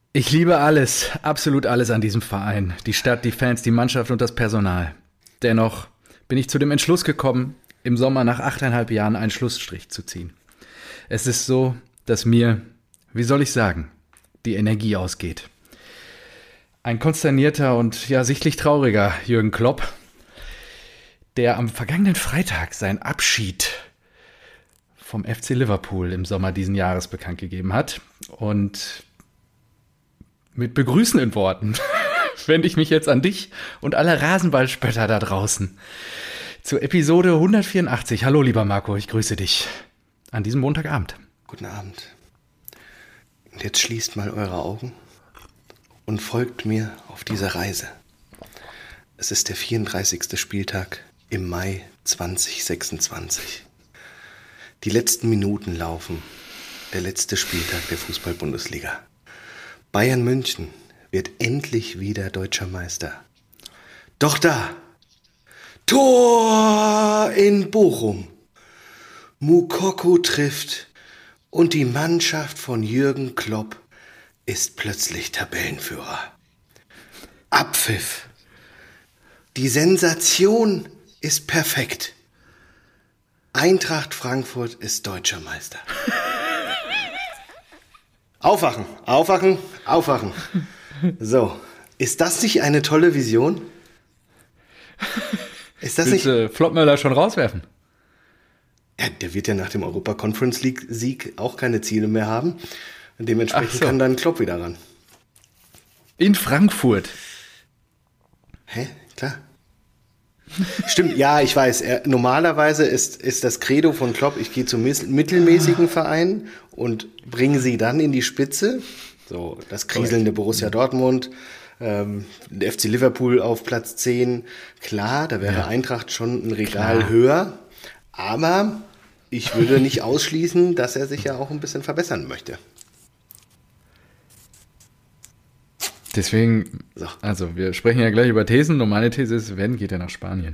Ich liebe alles, absolut alles an diesem Verein. Die Stadt, die Fans, die Mannschaft und das Personal. Dennoch bin ich zu dem Entschluss gekommen, im Sommer nach 8,5 Jahren einen Schlussstrich zu ziehen. Es ist so, dass mir, wie soll ich sagen, die Energie ausgeht. Ein konsternierter und ja sichtlich trauriger Jürgen Klopp, der am vergangenen Freitag seinen Abschied vom FC Liverpool im Sommer diesen Jahres bekannt gegeben hat. Und mit begrüßenden Worten wende ich mich jetzt an dich und alle Rasenballspötter da draußen. Zur Episode 184. Hallo lieber Marco, ich grüße dich an diesem Montagabend. Guten Abend. Und jetzt schließt mal eure Augen und folgt mir auf dieser Reise. Es ist der 34. Spieltag im Mai 2026. Die letzten Minuten laufen. Der letzte Spieltag der Fußball-Bundesliga. Bayern München wird endlich wieder deutscher Meister. Doch da, Tor in Bochum. Moukoko trifft und die Mannschaft von Jürgen Klopp ist plötzlich Tabellenführer. Abpfiff. Die Sensation ist perfekt. Eintracht Frankfurt ist deutscher Meister. Aufwachen, aufwachen, aufwachen. So, ist das nicht eine tolle Vision? Ist das Willst nicht... Flottmöller schon rauswerfen? Ja, der wird ja nach dem Europa-Conference-League-Sieg auch keine Ziele mehr haben. Und dementsprechend Ach so. kann dann Klopp wieder ran. In Frankfurt. Hä? Klar. Stimmt, ja, ich weiß. Normalerweise ist das Credo von Klopp, ich gehe zum mittelmäßigen Verein und bringe sie dann in die Spitze. So, das kriselnde Borussia Dortmund, der FC Liverpool auf Platz 10. Klar, da wäre Eintracht schon ein Regal höher. Aber ich würde nicht ausschließen, dass er sich ja auch ein bisschen verbessern möchte. Deswegen, So. also wir sprechen ja gleich über Thesen. Und meine These ist, wenn, geht er nach Spanien.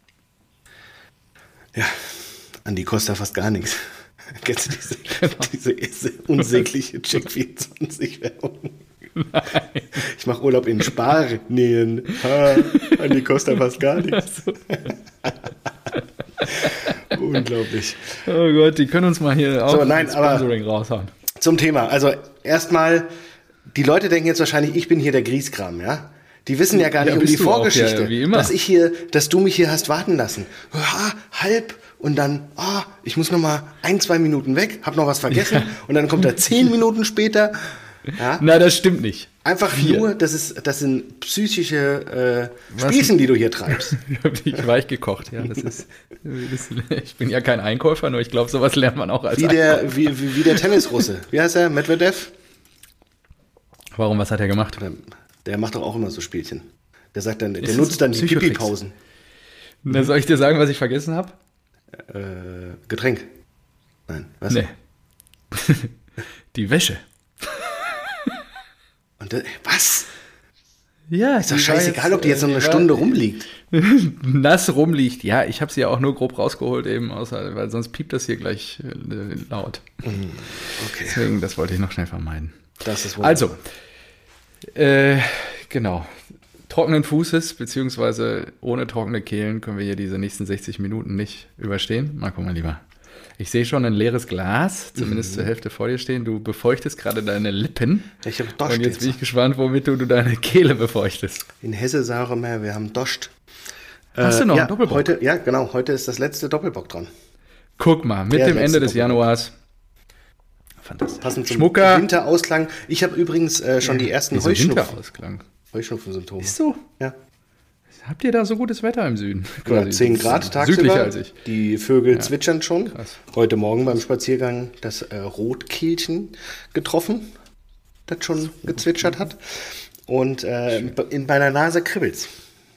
Ja, an die Costa fast gar nichts. Kennst du diese unsägliche Check24-Werbung? Nein. Ich mache Urlaub in Spanien. An die Costa fast gar nichts. Unglaublich. Oh Gott, die können uns mal hier auch Sponsoring raushauen. Zum Thema. Also erstmal, die Leute denken jetzt wahrscheinlich, ich bin hier der Grieskram, ja? Die wissen ja gar nicht um die Vorgeschichte, auch, wie immer. dass du mich hier hast warten lassen. Halb und dann, ich muss noch mal 1-2 Minuten weg, hab noch was vergessen und dann kommt er 10 Minuten später. Ja? Na, das stimmt nicht. Einfach 4. Nur, das sind psychische Spielchen, die du hier treibst. Ich habe dich weich gekocht, ja. Ich bin ja kein Einkäufer, nur ich glaube, sowas lernt man auch als Einkäufer. Wie der Tennisrusse. Wie heißt er? Medvedev? Warum, was hat er gemacht? Der macht doch auch immer so Spielchen. Der sagt dann, der Ist nutzt dann die Psychotricks? Pipi-Pausen. Na, soll ich dir sagen, was ich vergessen habe? Getränk. Nein, was? Nee. Die Wäsche. Und was? Ja, Ist doch scheißegal, ob die jetzt noch eine Stunde rumliegt. nass rumliegt. Ja, ich habe sie ja auch nur grob rausgeholt eben, weil sonst piept das hier gleich laut. Okay. Deswegen, das wollte ich noch schnell vermeiden. Das ist Also, genau. Trockenen Fußes, beziehungsweise ohne trockene Kehlen können wir hier diese nächsten 60 Minuten nicht überstehen. Marco, mein Lieber. Ich sehe schon ein leeres Glas, zumindest zur Hälfte vor dir stehen. Du befeuchtest gerade deine Lippen. Ich habe Dost. Und jetzt bin ich gespannt, womit du deine Kehle befeuchtest. In Hesse sagen wir, wir haben Dost. Hast du noch einen Doppelbock? Heute ist das letzte Doppelbock dran. Guck mal, mit dem Ende des Januars. Fantastisch. Passend zum Schmucker. Winterausklang. Ich habe übrigens schon die ersten Heuschnupfen-Symptome. Heuschnupfen-Symptome. Ist so? Ja. Habt ihr da so gutes Wetter im Süden? Ja, 10 Grad tagsüber. Südlicher als ich. Die Vögel zwitschern schon. Krass. Heute Morgen beim Spaziergang das Rotkehlchen getroffen, das schon gezwitschert hat. Und in meiner Nase kribbelt's.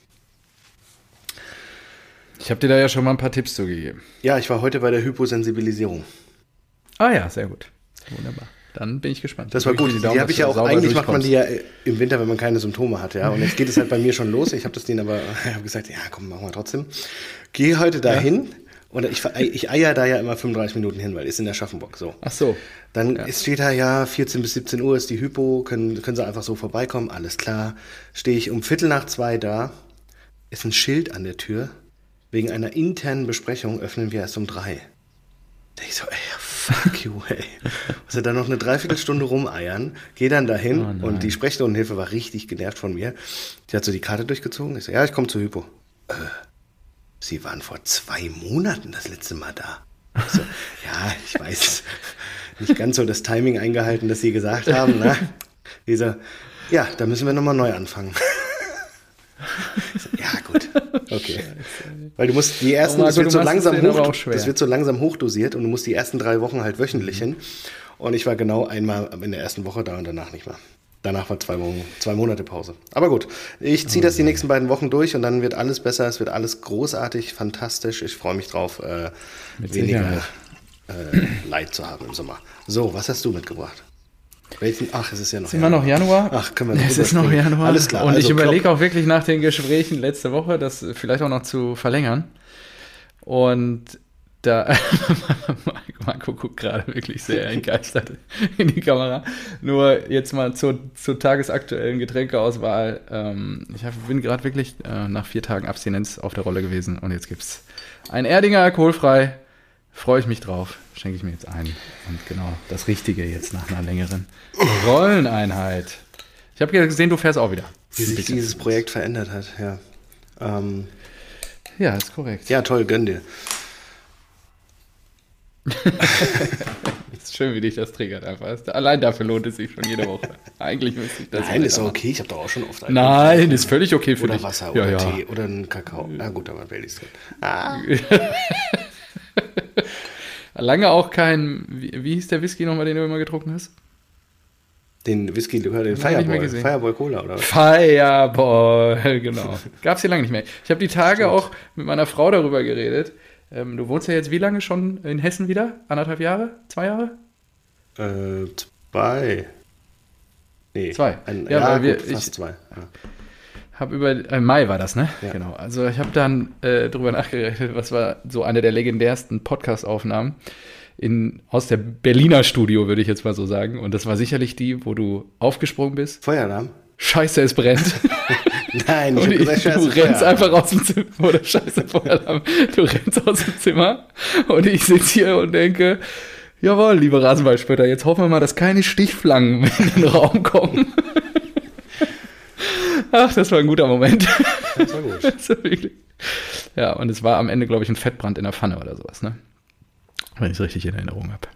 Ich habe dir da ja schon mal ein paar Tipps zugegeben. Ja, ich war heute bei der Hyposensibilisierung. Ah ja, sehr gut. Wunderbar. Dann bin ich gespannt. Das war gut. Die habe ich ja auch, eigentlich macht man die ja im Winter, wenn man keine Symptome hat. Ja. Und jetzt geht es halt bei mir schon los. Ich habe das denen aber gesagt, ja komm, machen wir trotzdem. Gehe heute dahin Und ich eier da ja immer 35 Minuten hin, weil ist in der Schaffenburg so. Ach so. Dann steht da ja, 14 bis 17 Uhr ist die Hypo, können Sie einfach so vorbeikommen, alles klar. Stehe ich um 1:45 da, ist ein Schild an der Tür. Wegen einer internen Besprechung öffnen wir erst um 3. Da ich so, ey, fuck you, ey. Also dann noch eine Dreiviertelstunde rumeiern, geh dann dahin und die Sprechstundenhilfe war richtig genervt von mir. Die hat so die Karte durchgezogen. Ich so, ja, ich komme zur Hypo. Sie waren vor 2 Monaten das letzte Mal da. Ich so, ja, ich weiß, nicht ganz so das Timing eingehalten, das Sie gesagt haben. Ne? Die so, ja, da müssen wir nochmal neu anfangen. Ich so, ja, gut, okay. Weil du musst die ersten, das wird so langsam hochdosiert und du musst die ersten 3 Wochen halt wöchentlich hin. Und ich war genau einmal in der ersten Woche da und danach nicht mehr. Danach war 2 Monate Pause. Aber gut, ich ziehe das die nächsten beiden Wochen durch und dann wird alles besser, es wird alles großartig, fantastisch. Ich freue mich drauf, weniger Leid zu haben im Sommer. So, was hast du mitgebracht? Ach, es ist ja noch Januar. Immer noch Januar? Ach, können wir Es ist noch Januar. Alles klar. Und also, ich überlege auch wirklich nach den Gesprächen letzte Woche, das vielleicht auch noch zu verlängern. Und da, Marco guckt gerade wirklich sehr entgeistert in die Kamera. Nur jetzt mal zur tagesaktuellen Getränkeauswahl. Ich bin gerade wirklich nach 4 Tagen Abstinenz auf der Rolle gewesen und jetzt gibt's ein Erdinger alkoholfrei. Freue ich mich drauf. Schenke ich mir jetzt ein. Und genau, das Richtige jetzt nach einer längeren Rolleneinheit. Ich habe gesehen, du fährst auch wieder. Wie sich dieses Projekt verändert hat, ja. Ja, ist korrekt. Ja, toll, gönn dir. Ist schön, wie dich das triggert einfach. Allein dafür lohnt es sich schon jede Woche. Eigentlich müsste ich das. Nein, ist okay. Ich habe doch auch schon oft Nein, ist völlig okay für dich. Oder Wasser oder Tee oder einen Kakao. Na gut, da war Baileys drin. Lange auch kein, wie hieß der Whisky nochmal, den du immer getrunken hast? Den Whisky-Likör, den Fireball. Fireball Cola, oder was? Fireball, genau. Gab's hier lange nicht mehr. Ich habe die Tage auch mit meiner Frau darüber geredet. Du wohnst ja jetzt wie lange schon in Hessen wieder? 1,5 Jahre? 2 Jahre? 2. Nee. 2. Fast 2. Ja. Hab Mai war das, ne? Ja. Genau. Also ich habe dann drüber nachgerechnet, was war so eine der legendärsten Podcast-Aufnahmen aus der Berliner Studio, würde ich jetzt mal so sagen. Und das war sicherlich die, wo du aufgesprungen bist. Feueralarm? Scheiße, es brennt. Nein, ich habe gesagt, Scheiße, du rennst einfach aus dem Zimmer. Oder Scheiße, Feueralarm. Du rennst aus dem Zimmer und ich sitze hier und denke, jawohl, liebe Rasenballspötter, jetzt hoffen wir mal, dass keine Stichflangen in den Raum kommen. Ach, das war ein guter Moment. Das war gut. Das war wirklich. Ja, und es war am Ende, glaube ich, ein Fettbrand in der Pfanne oder sowas, ne? Wenn ich es richtig in Erinnerung habe.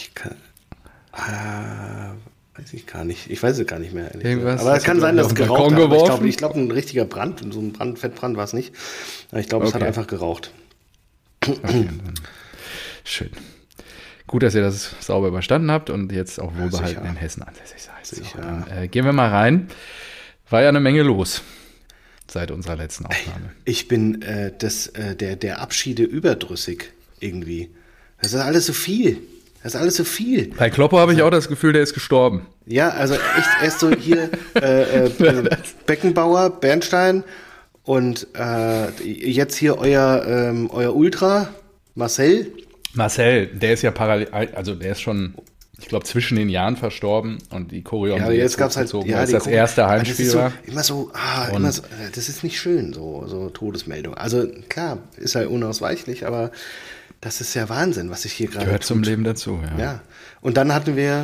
Weiß ich gar nicht. Ich weiß es gar nicht mehr. Irgendwas, aber es kann sein, dass es geraucht hat. Ich glaube, ein richtiger Brand, so ein Fettbrand war es nicht. Aber ich glaube, es hat einfach geraucht. Okay, schön. Gut, dass ihr das sauber überstanden habt und jetzt auch wohlbehalten in Hessen ansässig seid. So, dann gehen wir mal rein. War ja eine Menge los seit unserer letzten Aufnahme. Ich bin der Abschiede überdrüssig irgendwie. Das ist alles so viel. Bei Kloppo habe ich auch das Gefühl, der ist gestorben. Ja, also echt erst so hier Beckenbauer, Bernstein und jetzt hier euer Ultra, Marcel. Marcel, der ist ja parallel, also der ist schon, ich glaube, zwischen den Jahren verstorben und die Choreo haben jetzt gab es halt, als das erste Heimspiel war. Immer so, das ist nicht schön, so Todesmeldung. Also klar, ist halt unausweichlich, aber das ist ja Wahnsinn, was sich hier gerade gehört zum Leben dazu, ja. Ja, und dann hatten wir,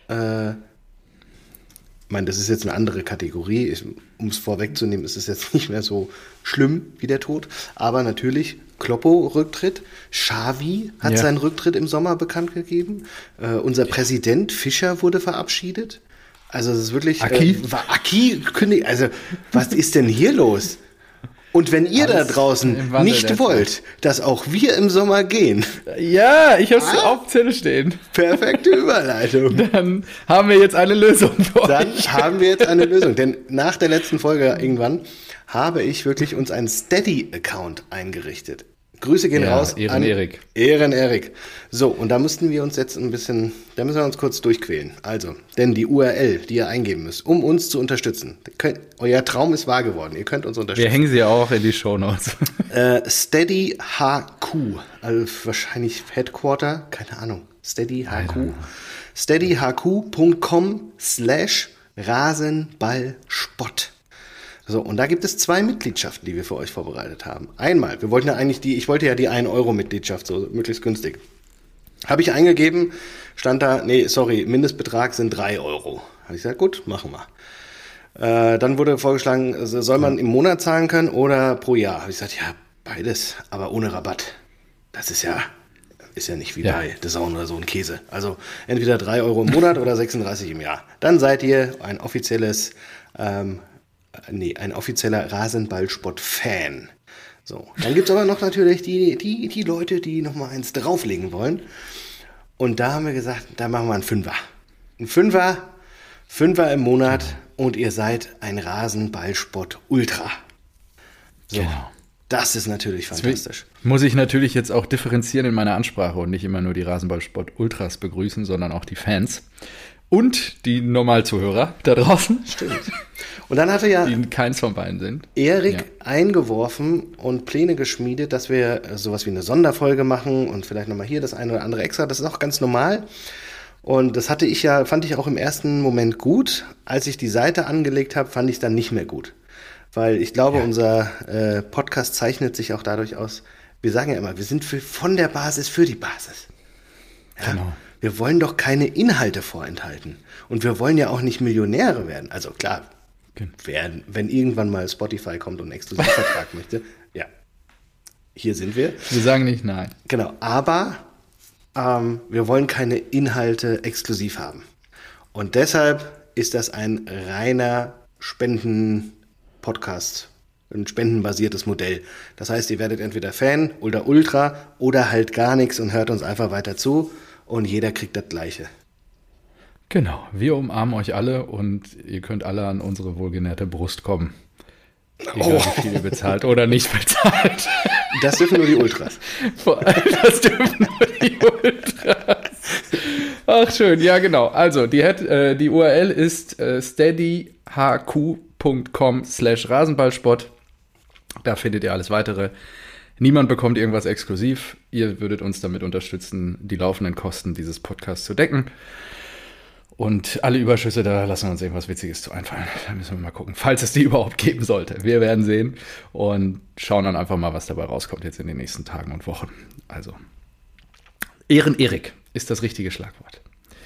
ich meine, das ist jetzt eine andere Kategorie, um es vorwegzunehmen, ist es jetzt nicht mehr so schlimm wie der Tod, aber natürlich Kloppo-Rücktritt, Xavi hat seinen Rücktritt im Sommer bekannt gegeben, unser Präsident Fischer wurde verabschiedet, also es ist wirklich, Aki kündigt, also was ist denn hier los? Und wenn ihr da draußen nicht wollt, dass auch wir im Sommer gehen. Ja, ich habe es auf dem Zettel stehen. Perfekte Überleitung. Dann haben wir jetzt eine Lösung für euch. Denn nach der letzten Folge irgendwann habe ich wirklich uns einen Steady-Account eingerichtet. Grüße gehen raus Ehren Erik. Ehren Erik. So, und da müssen wir uns kurz durchquälen. Also, denn die URL, die ihr eingeben müsst, um uns zu unterstützen. Euer Traum ist wahr geworden. Ihr könnt uns unterstützen. Wir hängen sie auch in die Shownotes. Steady HQ, also wahrscheinlich Headquarter, keine Ahnung. Steady HQ. steadyhq.com/Rasenballspott. So, und da gibt es 2 Mitgliedschaften, die wir für euch vorbereitet haben. Einmal, ich wollte ja die 1-Euro-Mitgliedschaft, so möglichst günstig. Habe ich eingegeben, stand da, Mindestbetrag sind 3 Euro. Habe ich gesagt, gut, machen wir. Dann wurde vorgeschlagen, soll man im Monat zahlen können oder pro Jahr? Habe ich gesagt, ja, beides, aber ohne Rabatt. Das ist ja nicht wie bei The Zone oder so ein Käse. Also entweder 3 Euro im Monat oder 36 im Jahr. Dann seid ihr ein offizieller Rasenballspott-Fan. So, dann gibt es aber noch natürlich die Leute, die noch mal eins drauflegen wollen. Und da haben wir gesagt, da machen wir einen Fünfer. Ein Fünfer im Monat und ihr seid ein Rasenballspott-Ultra. So, genau. Das ist natürlich fantastisch. Muss ich natürlich jetzt auch differenzieren in meiner Ansprache und nicht immer nur die Rasenballspott-Ultras begrüßen, sondern auch die Fans. Und die Normalzuhörer da draußen. Stimmt. Und dann hatte ja die keins von beiden sind. Erik eingeworfen und Pläne geschmiedet, dass wir sowas wie eine Sonderfolge machen und vielleicht nochmal hier das eine oder andere extra. Das ist auch ganz normal. Und das fand ich auch im ersten Moment gut. Als ich die Seite angelegt habe, fand ich es dann nicht mehr gut. Weil ich glaube, unser Podcast zeichnet sich auch dadurch aus, wir sagen ja immer, wir sind von der Basis für die Basis. Ja? Genau. Wir wollen doch keine Inhalte vorenthalten. Und wir wollen ja auch nicht Millionäre werden. Also klar, wenn irgendwann mal Spotify kommt und einen Exklusivvertrag möchte, ja, hier sind wir. Wir sagen nicht nein. Genau, aber wir wollen keine Inhalte exklusiv haben. Und deshalb ist das ein reiner Spenden-Podcast, ein spendenbasiertes Modell. Das heißt, ihr werdet entweder Fan oder Ultra oder halt gar nichts und hört uns einfach weiter zu. Und jeder kriegt das Gleiche. Genau, wir umarmen euch alle und ihr könnt alle an unsere wohlgenährte Brust kommen. Egal wie viel ihr bezahlt oder nicht bezahlt. Das dürfen nur die Ultras. Das dürfen nur die Ultras. Ach schön, ja genau. Also die URL ist steadyhq.com/Rasenballspott. Da findet ihr alles Weitere. Niemand bekommt irgendwas exklusiv. Ihr würdet uns damit unterstützen, die laufenden Kosten dieses Podcasts zu decken. Und alle Überschüsse, da lassen wir uns irgendwas Witziges zu einfallen. Da müssen wir mal gucken, falls es die überhaupt geben sollte. Wir werden sehen und schauen dann einfach mal, was dabei rauskommt jetzt in den nächsten Tagen und Wochen. Also, Ehren Erik ist das richtige Schlagwort.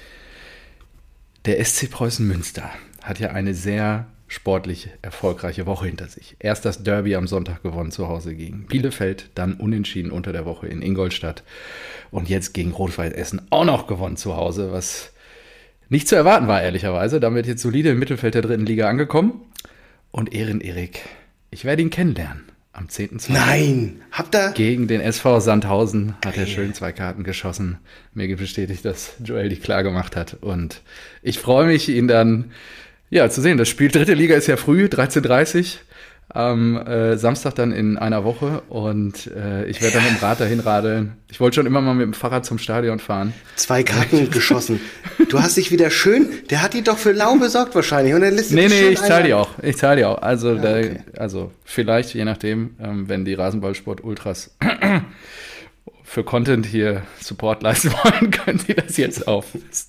Der SC Preußen Münster hat ja eine sehr sportlich erfolgreiche Woche hinter sich. Erst das Derby am Sonntag gewonnen zu Hause gegen Bielefeld, dann unentschieden unter der Woche in Ingolstadt und jetzt gegen Rot-Weiß Essen auch noch gewonnen zu Hause, was nicht zu erwarten war, ehrlicherweise. Damit jetzt solide im Mittelfeld der 3. Liga angekommen. Und Ehren Erik, ich werde ihn kennenlernen am 10.2. Nein, habt ihr? Gegen den SV Sandhausen hat er schön 2 Karten geschossen. Mir bestätigt, dass Joel dich klar gemacht hat. Und ich freue mich, ihn dann zu sehen. Das Spiel 3. Liga ist ja früh, 13:30 Uhr. Am Samstag dann in einer Woche und ich werde dann mit dem Rad dahin radeln. Ich wollte schon immer mal mit dem Fahrrad zum Stadion fahren. 2 Karten geschossen. Du hast dich wieder der hat die doch für lau besorgt wahrscheinlich. Und dann lässt Nee, ich zahle die auch. Also, also vielleicht, je nachdem, wenn die Rasenballsport-Ultras für Content hier Support leisten wollen, können Sie das jetzt auf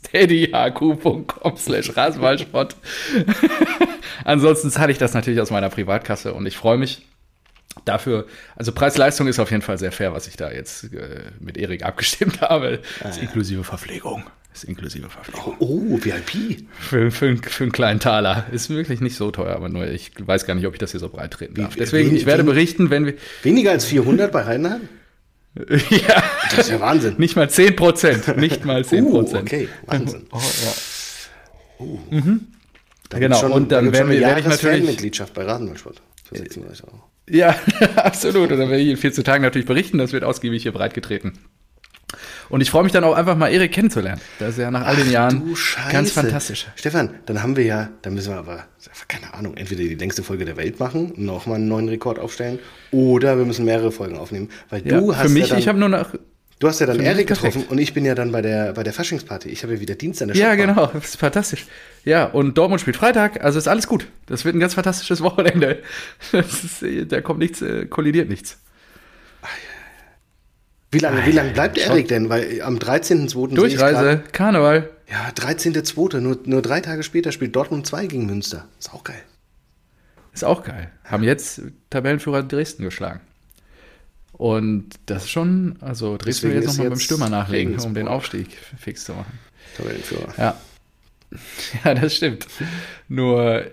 steadyhq.com/Rasenballsport. Ansonsten zahle ich das natürlich aus meiner Privatkasse und ich freue mich dafür. Also Preis-Leistung ist auf jeden Fall sehr fair, was ich da jetzt mit Erik abgestimmt habe. Ist inklusive Verpflegung. Oh, VIP. Für einen kleinen Taler. Ist wirklich nicht so teuer, aber nur ich weiß gar nicht, ob ich das hier so breit treten darf. Deswegen, ich werde berichten, wenn wir... Weniger als 400 bei Heidenheim? Ja. Das ist ja Wahnsinn. Nicht mal 10%. Nicht mal 10%. Okay, Wahnsinn. Genau, und dann werde ich natürlich... Mitgliedschaft bei Rasenballsport für 36 Euro. Ja, absolut. Und dann werde ich in 14 Tagen natürlich berichten. Das wird ausgiebig hier breitgetreten. Und ich freue mich dann auch einfach mal Erik kennenzulernen. Das ist ja nach all den Jahren ganz fantastisch. Stefan, dann müssen wir aber, keine Ahnung, entweder die längste Folge der Welt machen, nochmal einen neuen Rekord aufstellen, oder wir müssen mehrere Folgen aufnehmen. Weil du hast für mich, ja dann, ich habe nur nach... Du hast ja dann Erik getroffen und ich bin ja dann bei der Faschingsparty. Ich habe ja wieder Dienst an der Shopbar. Ja, genau, das ist fantastisch. Ja, und Dortmund spielt Freitag, also ist alles gut. Das wird ein ganz fantastisches Wochenende. Da kommt nichts, kollidiert nichts. Wie lange bleibt Erik denn? Weil am 13.02. Durchreise, Karneval. Ja, 13.02. Nur 3 Tage später spielt Dortmund 2 gegen Münster. Ist auch geil. Ist auch geil. Haben jetzt Tabellenführer Dresden geschlagen. Und das ist schon, also Dresden will jetzt nochmal beim Stürmer nachlegen, um den Aufstieg fix zu machen. Tabellenführer. Ja. Ja, das stimmt. Nur,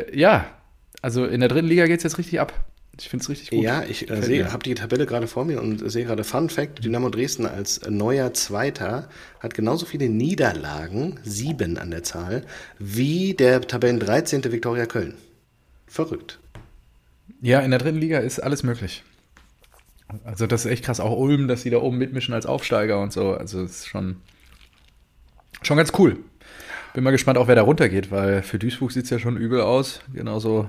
also in der dritten Liga geht es jetzt richtig ab. Ich finde es richtig gut. Ja, ich habe die Tabelle gerade vor mir und sehe gerade Fun Fact, Dynamo Dresden als neuer Zweiter hat genauso viele Niederlagen, 7 an der Zahl, wie der Tabellen 13. Viktoria Köln. Verrückt. Ja, in der dritten Liga ist alles möglich. Also das ist echt krass. Auch Ulm, dass sie da oben mitmischen als Aufsteiger und so. Also das ist schon ganz cool. Bin mal gespannt, auch wer da runtergeht, weil für Duisburg sieht es ja schon übel aus. Genauso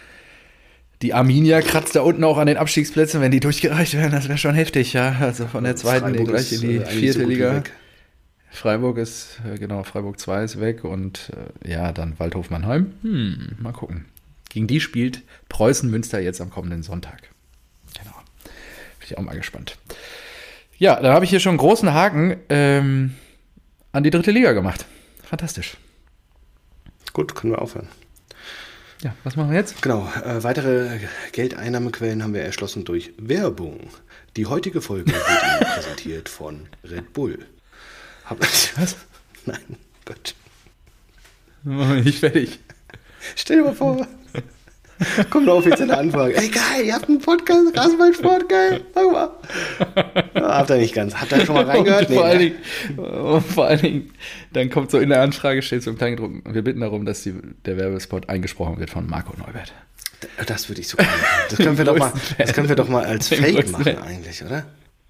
die Arminia kratzt da unten auch an den Abstiegsplätzen. Wenn die durchgereicht werden, das wäre schon heftig, ja. Also von der zweiten gleich in die vierte Liga. Freiburg ist, Freiburg 2 ist weg und dann Waldhof-Mannheim. Mal gucken. Gegen die spielt Preußen-Münster jetzt am kommenden Sonntag. Genau. Bin ich auch mal gespannt. Ja, da habe ich hier schon einen großen Haken an die dritte Liga gemacht. Fantastisch. Gut, können wir aufhören. Ja, was machen wir jetzt? Genau, weitere Geldeinnahmequellen haben wir erschlossen durch Werbung. Die heutige Folge wird Ihnen präsentiert von Red Bull. Was? Nein, Gott. Nicht fertig. Stell dir mal vor, kommt eine offizielle Anfrage. Ey, geil, ihr habt einen Podcast, Rasenballsport, geil. Sag mal. Ja, habt ihr nicht ganz. Habt ihr schon mal reingehört? Vor allen Dingen, dann kommt so in der Anfrage, steht so im Kleingedruckten, wir bitten darum, dass der Werbespot eingesprochen wird von Marco Neubert. Das würde ich so gerne. Das können wir doch mal als Fake machen eigentlich, oder?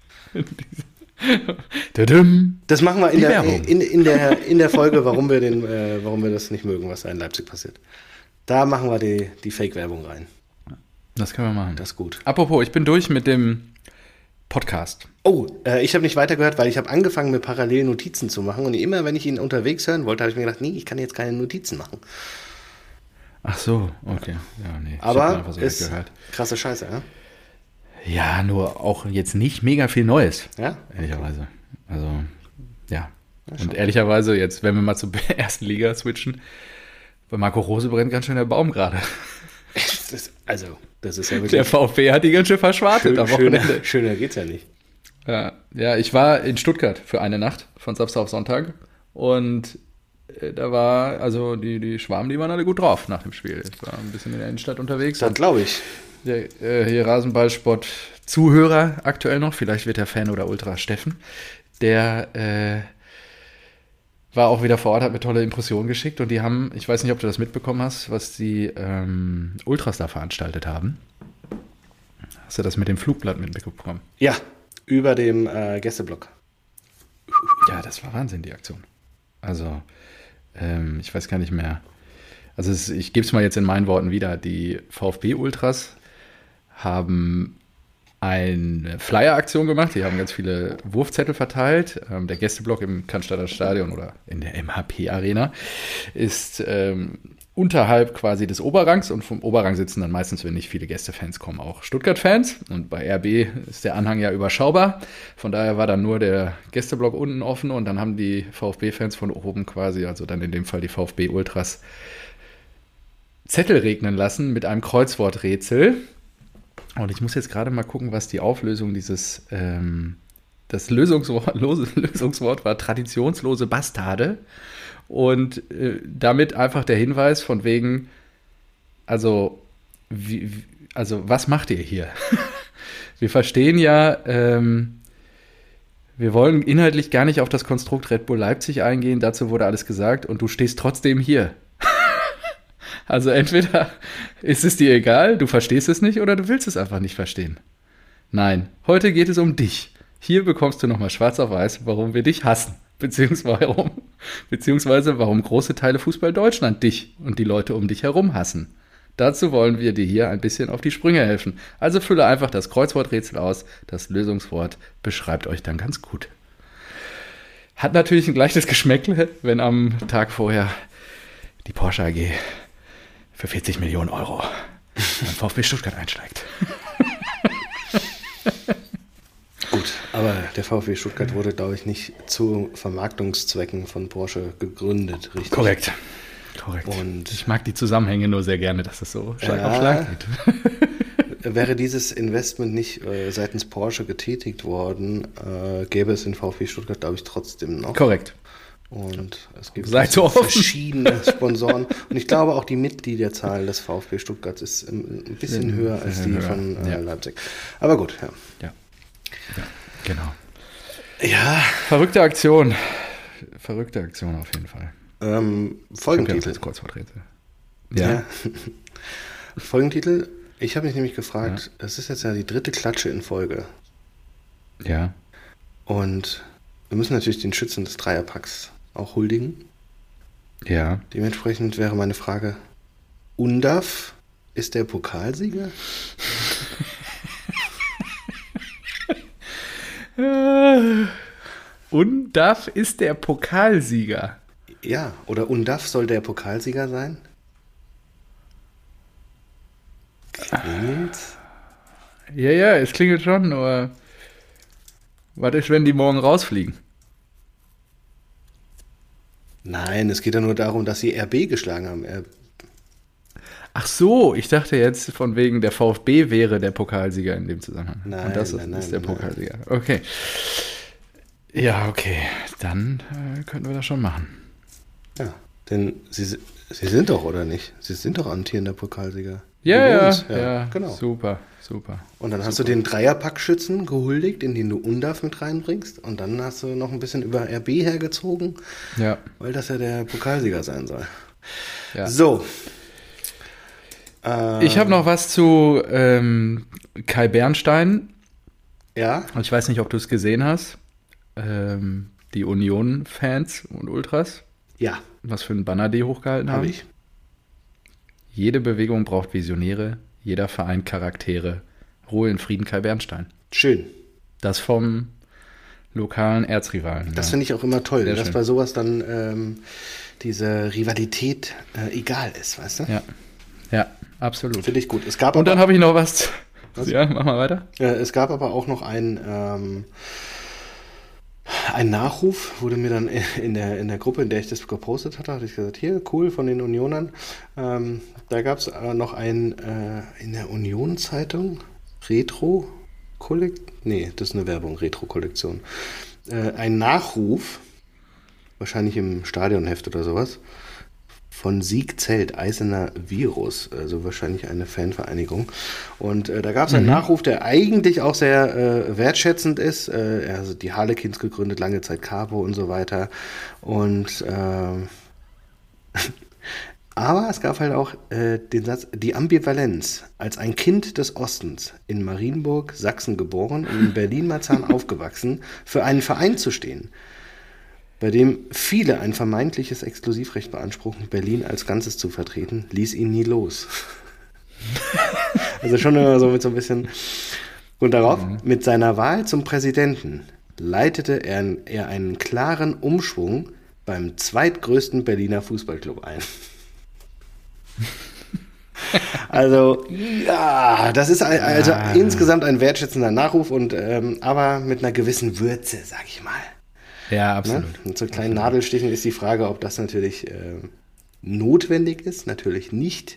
Das machen wir in der Folge, warum wir das nicht mögen, was da in Leipzig passiert. Da machen wir die Fake-Werbung rein. Das können wir machen. Das ist gut. Apropos, ich bin durch mit dem Podcast. Oh, ich habe nicht weitergehört, weil ich habe angefangen, mir parallel Notizen zu machen. Und immer, wenn ich ihn unterwegs hören wollte, habe ich mir gedacht, nee, ich kann jetzt keine Notizen machen. Ach so, okay. Ja, nee. Aber ist krasse Scheiße, ja? Ja, nur auch jetzt nicht mega viel Neues. Ja? Ehrlicherweise. Also, ja. Und ehrlicherweise, jetzt, wenn wir mal zur ersten Liga switchen, bei Marco Rose brennt ganz schön der Baum gerade. Das ist ja wirklich... Der VfB hat die ganz schön verschwartet am Wochenende. Schöner geht's ja nicht. Ja, ich war in Stuttgart für eine Nacht, von Samstag auf Sonntag. Und da war, also die Schwaben, die waren alle gut drauf nach dem Spiel. Ich war ein bisschen in der Innenstadt unterwegs. Das glaube ich. Hier Rasenballsport-Zuhörer aktuell noch, vielleicht wird der Fan oder Ultra Steffen, der war auch wieder vor Ort, hat mir tolle Impressionen geschickt und die haben, ich weiß nicht, ob du das mitbekommen hast, was die Ultras da veranstaltet haben. Hast du das mit dem Flugblatt mitbekommen? Ja, über dem Gästeblock. Ja, das war Wahnsinn, die Aktion. Also, ich weiß gar nicht mehr. Also ich gebe es mal jetzt in meinen Worten wieder. Die VfB-Ultras haben eine Flyer-Aktion gemacht. Die haben ganz viele Wurfzettel verteilt. Der Gästeblock im Cannstatter Stadion oder in der MHP-Arena ist unterhalb quasi des Oberrangs. Und vom Oberrang sitzen dann meistens, wenn nicht viele Gästefans kommen, auch Stuttgart-Fans. Und bei RB ist der Anhang ja überschaubar. Von daher war dann nur der Gästeblock unten offen. Und dann haben die VfB-Fans von oben quasi, also dann in dem Fall die VfB-Ultras, Zettel regnen lassen mit einem Kreuzworträtsel. Und ich muss jetzt gerade mal gucken, was die Auflösung dieses, das Lösungswort war traditionslose Bastarde. Und damit einfach der Hinweis von wegen, also was macht ihr hier? Wir verstehen ja, wir wollen inhaltlich gar nicht auf das Konstrukt Red Bull Leipzig eingehen, dazu wurde alles gesagt und du stehst trotzdem hier. Also entweder ist es dir egal, du verstehst es nicht oder du willst es einfach nicht verstehen. Nein, heute geht es um dich. Hier bekommst du nochmal schwarz auf weiß, warum wir dich hassen. Beziehungsweise warum große Teile Fußball Deutschland dich und die Leute um dich herum hassen. Dazu wollen wir dir hier ein bisschen auf die Sprünge helfen. Also fülle einfach das Kreuzworträtsel aus. Das Lösungswort beschreibt euch dann ganz gut. Hat natürlich ein gleiches Geschmäckle, wenn am Tag vorher die Porsche AG für 40 Millionen Euro beim VfB Stuttgart einsteigt. Gut, aber der VfB Stuttgart wurde, glaube ich, nicht zu Vermarktungszwecken von Porsche gegründet, richtig? Korrekt. Und ich mag die Zusammenhänge nur sehr gerne, dass es so Schlag auf Schlag geht. Wäre dieses Investment nicht seitens Porsche getätigt worden, gäbe es den VfB Stuttgart, glaube ich, trotzdem noch. Korrekt. Und es gibt verschiedene Sponsoren. Und ich glaube, auch die Mitgliederzahl des VfB Stuttgart ist ein bisschen höher als die von Leipzig. Aber gut, ja, genau. Ja. Verrückte Aktion auf jeden Fall. Folgentitel. Ja. Folgentitel. Ich habe mich nämlich gefragt, das ist jetzt ja die 3. Klatsche in Folge. Ja. Und wir müssen natürlich den Schützen des Dreierpacks auch huldigen. Ja. Dementsprechend wäre meine Frage, Undav ist der Pokalsieger? Undav ist der Pokalsieger. Ja, oder Undav soll der Pokalsieger sein? Klingelt's? Ja, es klingelt schon, nur was ist, wenn die morgen rausfliegen? Nein, es geht ja nur darum, dass sie RB geschlagen haben. Ach so, ich dachte jetzt von wegen der VfB wäre der Pokalsieger in dem Zusammenhang. Nein, und das ist der Pokalsieger. Okay. Ja, okay. Dann könnten wir das schon machen. Ja, denn sie sind doch, oder nicht? Sie sind doch amtierender Pokalsieger. Ja, genau. Super. Und dann hast du den Dreierpack-Schützen gehuldigt, in den du Undav mit reinbringst. Und dann hast du noch ein bisschen über RB hergezogen, weil das ja der Pokalsieger sein soll. Ja. So. Ich habe noch was zu Kai Bernstein. Ja. Ich weiß nicht, ob du es gesehen hast. Die Union-Fans und Ultras. Ja. Was für ein Banner die hochgehalten haben. Habe ich. Jede Bewegung braucht Visionäre, jeder Verein Charaktere. Ruhe in Frieden, Kai Bernstein. Schön. Das vom lokalen Erzrivalen. Das finde ich auch immer toll, Sehr dass schön. bei sowas dann diese Rivalität egal ist, weißt du? Ja, absolut. Finde ich gut. Und dann habe ich noch was. Ja, mach mal weiter. Es gab aber auch noch ein Nachruf, wurde mir dann in der Gruppe, in der ich das gepostet hatte ich gesagt, hier, cool, von den Unionern. Da gab es noch in der Union-Zeitung, das ist eine Werbung, Retro-Kollektion. Ein Nachruf, wahrscheinlich im Stadionheft oder sowas, von Siegzelt, Eiserner Virus, also wahrscheinlich eine Fanvereinigung. Und da gab es einen Nachruf, der eigentlich auch sehr wertschätzend ist. Also die Harlequins gegründet, lange Zeit Capo und so weiter. Und aber es gab halt auch den Satz, die Ambivalenz, als ein Kind des Ostens, in Marienburg, Sachsen geboren und in Berlin-Marzahn aufgewachsen, für einen Verein zu stehen, bei dem viele ein vermeintliches Exklusivrecht beanspruchen, Berlin als Ganzes zu vertreten, ließ ihn nie los. Also schon immer so mit so ein bisschen... Und darauf, mit seiner Wahl zum Präsidenten, leitete er einen klaren Umschwung beim zweitgrößten Berliner Fußballclub ein. Also, ja, das ist insgesamt ein wertschätzender Nachruf und aber mit einer gewissen Würze, sag ich mal. Ja, absolut. Ne? Und so kleinen Nadelstichen ist die Frage, ob das natürlich notwendig ist. Natürlich nicht.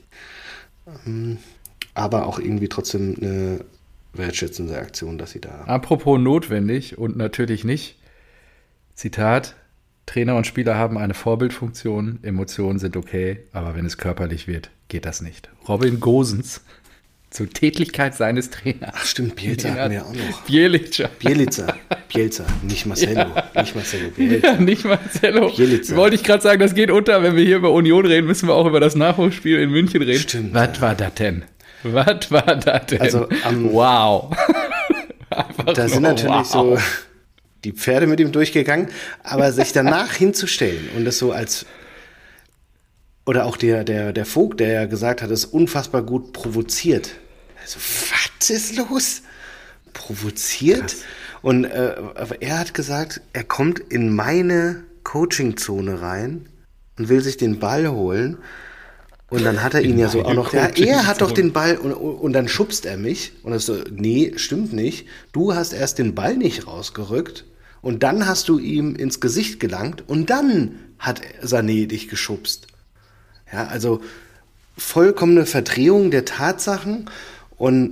Aber auch irgendwie trotzdem eine wertschätzende Aktion, dass sie da... Apropos notwendig und natürlich nicht. Zitat: Trainer und Spieler haben eine Vorbildfunktion, Emotionen sind okay, aber wenn es körperlich wird, geht das nicht. Robin Gosens zur Tätlichkeit seines Trainers. Ach stimmt, Bielsa hatten wir auch noch. Bielica, nicht Marcelo. Ja. Nicht Marcelo, Bielsa. Ja, nicht Marcelo. Bielica. Wollte ich gerade sagen, das geht unter. Wenn wir hier über Union reden, müssen wir auch über das Nachwuchsspiel in München reden. Stimmt. Was war das denn? Also wow. da sind natürlich so die Pferde mit ihm durchgegangen, aber sich danach hinzustellen und das so als, oder auch der Vogt, der ja gesagt hat, ist unfassbar gut provoziert. Also, was ist los? Provoziert? Krass. Und er hat gesagt, er kommt in meine Coaching-Zone rein und will sich den Ball holen. Und dann hat er ihn ja so auch noch, ja, er hat doch den Ball und dann schubst er mich. Und das so, nee, stimmt nicht. Du hast erst den Ball nicht rausgerückt und dann hast du ihm ins Gesicht gelangt und dann hat Sané dich geschubst. Ja, also vollkommene Verdrehung der Tatsachen und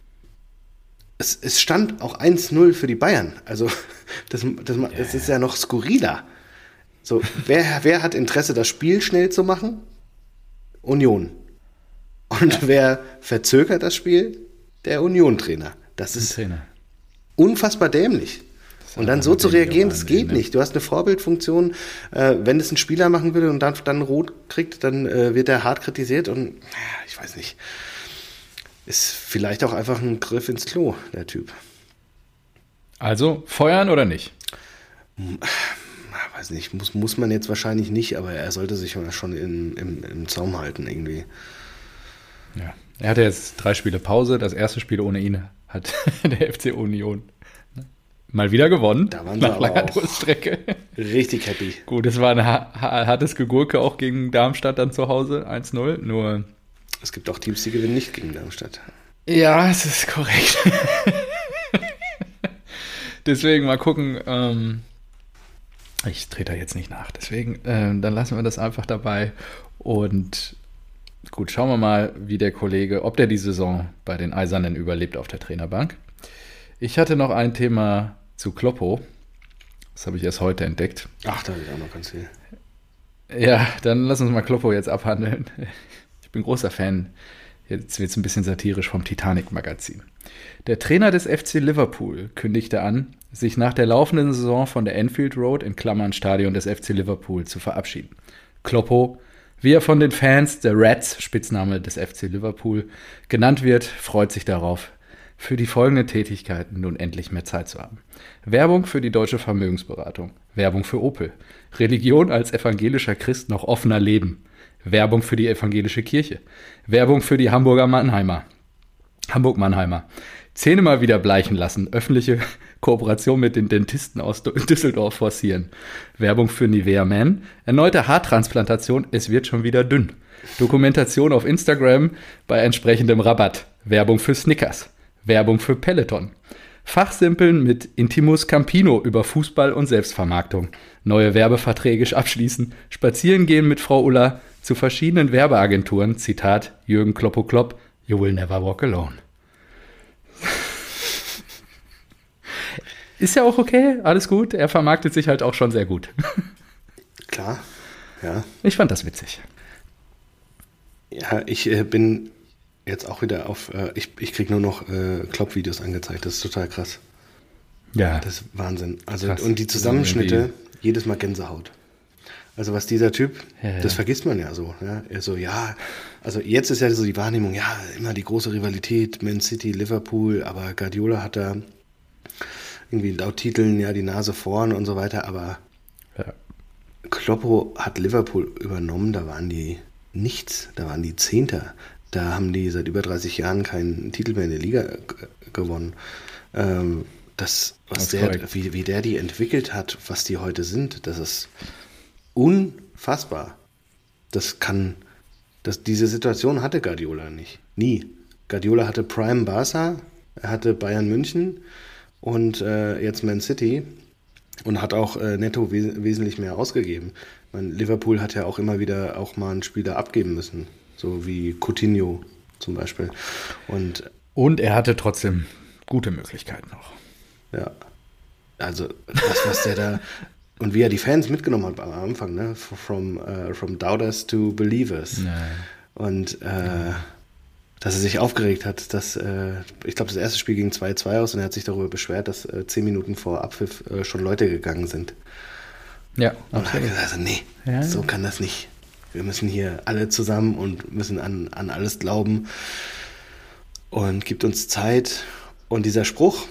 es stand auch 1-0 für die Bayern. Also das ist ja noch skurriler. So, wer hat Interesse, das Spiel schnell zu machen? Union. Und wer verzögert das Spiel? Der Union-Trainer. Das ist unfassbar dämlich. Und dann so zu reagieren, das geht nicht. Du hast eine Vorbildfunktion. Wenn es ein Spieler machen würde und dann rot kriegt, dann wird er hart kritisiert. Und ich weiß nicht, ist vielleicht auch einfach ein Griff ins Klo, der Typ. Also feuern oder nicht? Weiß nicht, muss man jetzt wahrscheinlich nicht, aber er sollte sich schon im Zaum halten irgendwie. Ja, er hatte jetzt 3 Spiele Pause. Das erste Spiel ohne ihn hat der FC Union mal wieder gewonnen. Da waren sie nach langer Durststrecke. Richtig happy. Gut, es war ein hartes Gegurke auch gegen Darmstadt dann zu Hause, 1-0. Nur es gibt auch Teams, die gewinnen nicht gegen Darmstadt. Ja, es ist korrekt. Deswegen mal gucken. Ich trete da jetzt nicht nach. Deswegen, dann lassen wir das einfach dabei. Und gut, schauen wir mal, wie der Kollege, ob der die Saison bei den Eisernen überlebt auf der Trainerbank. Ich hatte noch ein Thema zu Kloppo. Das habe ich erst heute entdeckt. Ach, da habe ich auch noch ganz viel. Ja, dann lass uns mal Kloppo jetzt abhandeln. Ich bin großer Fan, jetzt wird es ein bisschen satirisch, vom Titanic-Magazin. Der Trainer des FC Liverpool kündigte an, sich nach der laufenden Saison von der Anfield Road in Klammern Stadion des FC Liverpool zu verabschieden. Kloppo, wie er von den Fans der Reds, Spitzname des FC Liverpool, genannt wird, freut sich darauf, für die folgenden Tätigkeiten nun endlich mehr Zeit zu haben. Werbung für die Deutsche Vermögensberatung. Werbung für Opel. Religion als evangelischer Christ noch offener leben. Werbung für die evangelische Kirche. Werbung für die Hamburg-Mannheimer. Zähne mal wieder bleichen lassen. Öffentliche Kooperation mit den Dentisten aus Düsseldorf forcieren. Werbung für Nivea Man. Erneute Haartransplantation. Es wird schon wieder dünn. Dokumentation auf Instagram bei entsprechendem Rabatt. Werbung für Snickers. Werbung für Peloton. Fachsimpeln mit Intimus Campino über Fußball und Selbstvermarktung. Neue Werbeverträge abschließen. Spazieren gehen mit Frau Ulla zu verschiedenen Werbeagenturen. Zitat Jürgen Kloppo-Klopp. You will never walk alone. Ist ja auch okay, alles gut. Er vermarktet sich halt auch schon sehr gut. Klar, ja. Ich fand das witzig. Ja, ich bin jetzt auch wieder auf, ich kriege nur noch Klopp-Videos angezeigt, das ist total krass. Ja. Das ist Wahnsinn. Also, krass. Und die Zusammenschnitte, jedes Mal Gänsehaut. Also was dieser Typ, das vergisst man ja so. Ja? Er so, ja, also jetzt ist ja so die Wahrnehmung, ja, immer die große Rivalität, Man City, Liverpool, aber Guardiola hat da irgendwie laut Titeln ja die Nase vorn und so weiter, aber Kloppo hat Liverpool übernommen, da waren die nichts, da waren die Zehnter, da haben die seit über 30 Jahren keinen Titel mehr in der Liga gewonnen. Wie der die entwickelt hat, was die heute sind, das ist unfassbar. Diese Situation hatte Guardiola nicht. Nie. Guardiola hatte Prime Barca, er hatte Bayern München und jetzt Man City und hat auch netto wesentlich mehr ausgegeben. Liverpool hat ja auch immer wieder auch mal einen Spieler abgeben müssen, so wie Coutinho zum Beispiel. Und er hatte trotzdem gute Möglichkeiten noch. Ja, also was der da und wie er die Fans mitgenommen hat am Anfang, ne? From Doubters to Believers. Nein. Und dass er sich aufgeregt hat, dass ich glaube, das erste Spiel ging 2-2 aus und er hat sich darüber beschwert, dass 10 Minuten vor Abpfiff schon Leute gegangen sind. Ja. Und er hat gesagt, also nee, so kann das nicht. Wir müssen hier alle zusammen und müssen an alles glauben und gibt uns Zeit. Und dieser Spruch,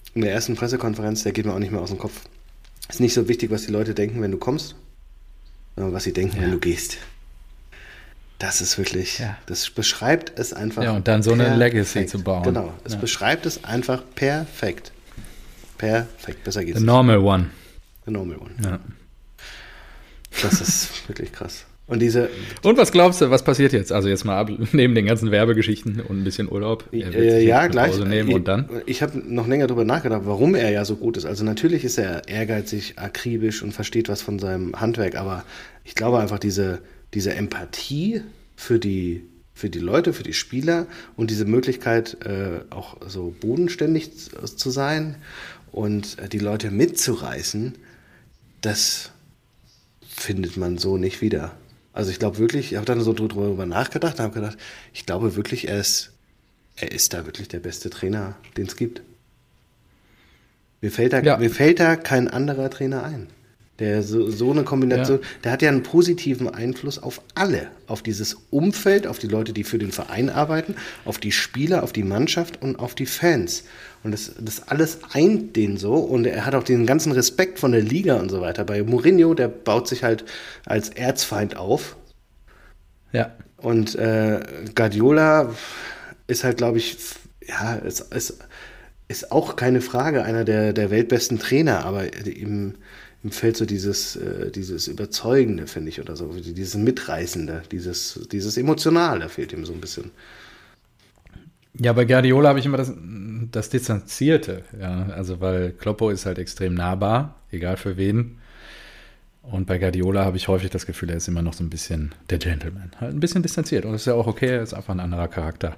in der ersten Pressekonferenz, der geht mir auch nicht mehr aus dem Kopf. Ist nicht so wichtig, was die Leute denken, wenn du kommst, sondern was sie denken, wenn du gehst. Das ist wirklich, das beschreibt es einfach. Ja, und dann so eine Legacy zu bauen. Genau, es beschreibt es einfach perfekt. Perfekt, besser geht's The normal one. The normal one. Ja. Das ist wirklich krass. Und was glaubst du, was passiert jetzt? Also jetzt mal neben den ganzen Werbegeschichten und ein bisschen Urlaub. Ja, gleich. gleich. Nehmen und dann? Ich habe noch länger darüber nachgedacht, warum er ja so gut ist. Also natürlich ist er ehrgeizig, akribisch und versteht was von seinem Handwerk, aber ich glaube einfach diese Empathie für die Leute, für die Spieler und diese Möglichkeit, auch so bodenständig zu sein und die Leute mitzureißen, das findet man so nicht wieder. Also ich glaube wirklich, ich habe dann so drüber nachgedacht und habe gedacht, ich glaube wirklich, er ist da wirklich der beste Trainer, den es gibt. Mir fällt da kein anderer Trainer ein. Der so eine Kombination, der hat ja einen positiven Einfluss auf alle, auf dieses Umfeld, auf die Leute, die für den Verein arbeiten, auf die Spieler, auf die Mannschaft und auf die Fans. Und das alles eint den so und er hat auch den ganzen Respekt von der Liga und so weiter. Bei Mourinho, der baut sich halt als Erzfeind auf. Ja. Und Guardiola ist halt, glaube ich, ist auch keine Frage einer der weltbesten Trainer, aber ihm fällt so dieses Überzeugende, finde ich, oder so, dieses Mitreißende, dieses Emotionale fehlt ihm so ein bisschen. Ja, bei Guardiola habe ich immer das Distanzierte, ja, also weil Kloppo ist halt extrem nahbar, egal für wen. Und bei Guardiola habe ich häufig das Gefühl, er ist immer noch so ein bisschen der Gentleman, halt ein bisschen distanziert. Und das ist ja auch okay, er ist einfach ein anderer Charakter.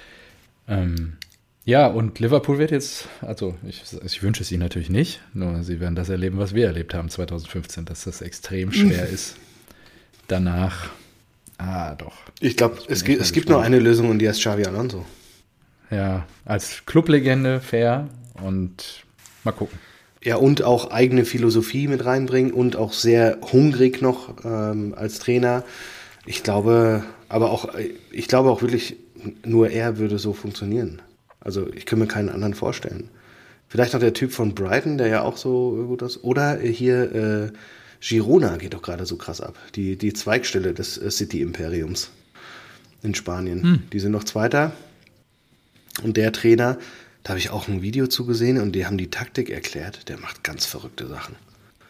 Ja, und Liverpool wird jetzt, also ich wünsche es ihnen natürlich nicht, nur sie werden das erleben, was wir erlebt haben 2015, dass das extrem schwer ist. Danach, doch. Ich glaube, es gibt nur eine Lösung und die heißt Xabi Alonso. Ja, als Clublegende fair und mal gucken. Ja, und auch eigene Philosophie mit reinbringen und auch sehr hungrig noch als Trainer. Ich glaube auch wirklich, nur er würde so funktionieren. Also ich kann mir keinen anderen vorstellen. Vielleicht noch der Typ von Brighton, der ja auch so gut ist. Oder hier Girona geht doch gerade so krass ab. Die Zweigstelle des City-Imperiums in Spanien. Die sind noch Zweiter. Und der Trainer, da habe ich auch ein Video zugesehen und die haben die Taktik erklärt. Der macht ganz verrückte Sachen.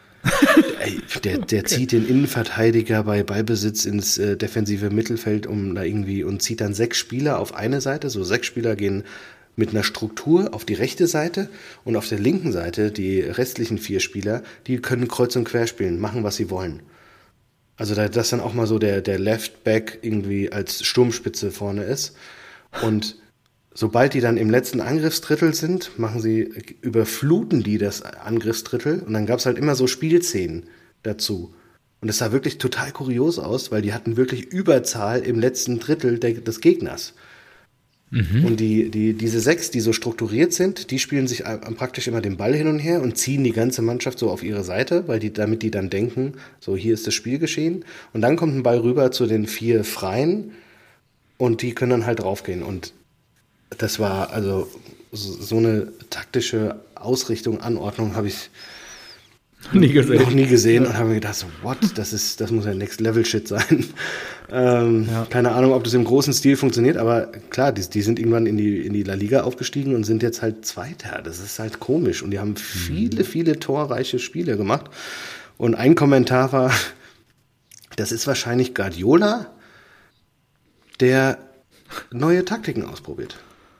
Der zieht den Innenverteidiger bei Ballbesitz ins defensive Mittelfeld und zieht dann 6 Spieler auf eine Seite. So 6 Spieler gehen mit einer Struktur auf die rechte Seite und auf der linken Seite die restlichen 4 Spieler, die können kreuz und quer spielen, machen, was sie wollen. Also dass dann auch mal so der Left Back irgendwie als Sturmspitze vorne ist. Und sobald die dann im letzten Angriffsdrittel sind, überfluten die das Angriffsdrittel und dann gab es halt immer so Spielszenen dazu. Und das sah wirklich total kurios aus, weil die hatten wirklich Überzahl im letzten Drittel des Gegners. Und diese 6, die so strukturiert sind, die spielen sich praktisch immer den Ball hin und her und ziehen die ganze Mannschaft so auf ihre Seite, damit die dann denken, so hier ist das Spiel geschehen. Und dann kommt ein Ball rüber zu den 4 Freien und die können dann halt draufgehen. Und das war also so eine taktische Ausrichtung, Anordnung habe ich noch nie gesehen und habe mir gedacht, so, what, das muss ja Next Level Shit sein. Keine Ahnung, ob das im großen Stil funktioniert, aber klar, die sind irgendwann in die La Liga aufgestiegen und sind jetzt halt Zweiter. Das ist halt komisch und die haben viele torreiche Spiele gemacht. Und ein Kommentar war, das ist wahrscheinlich Guardiola, der neue Taktiken ausprobiert.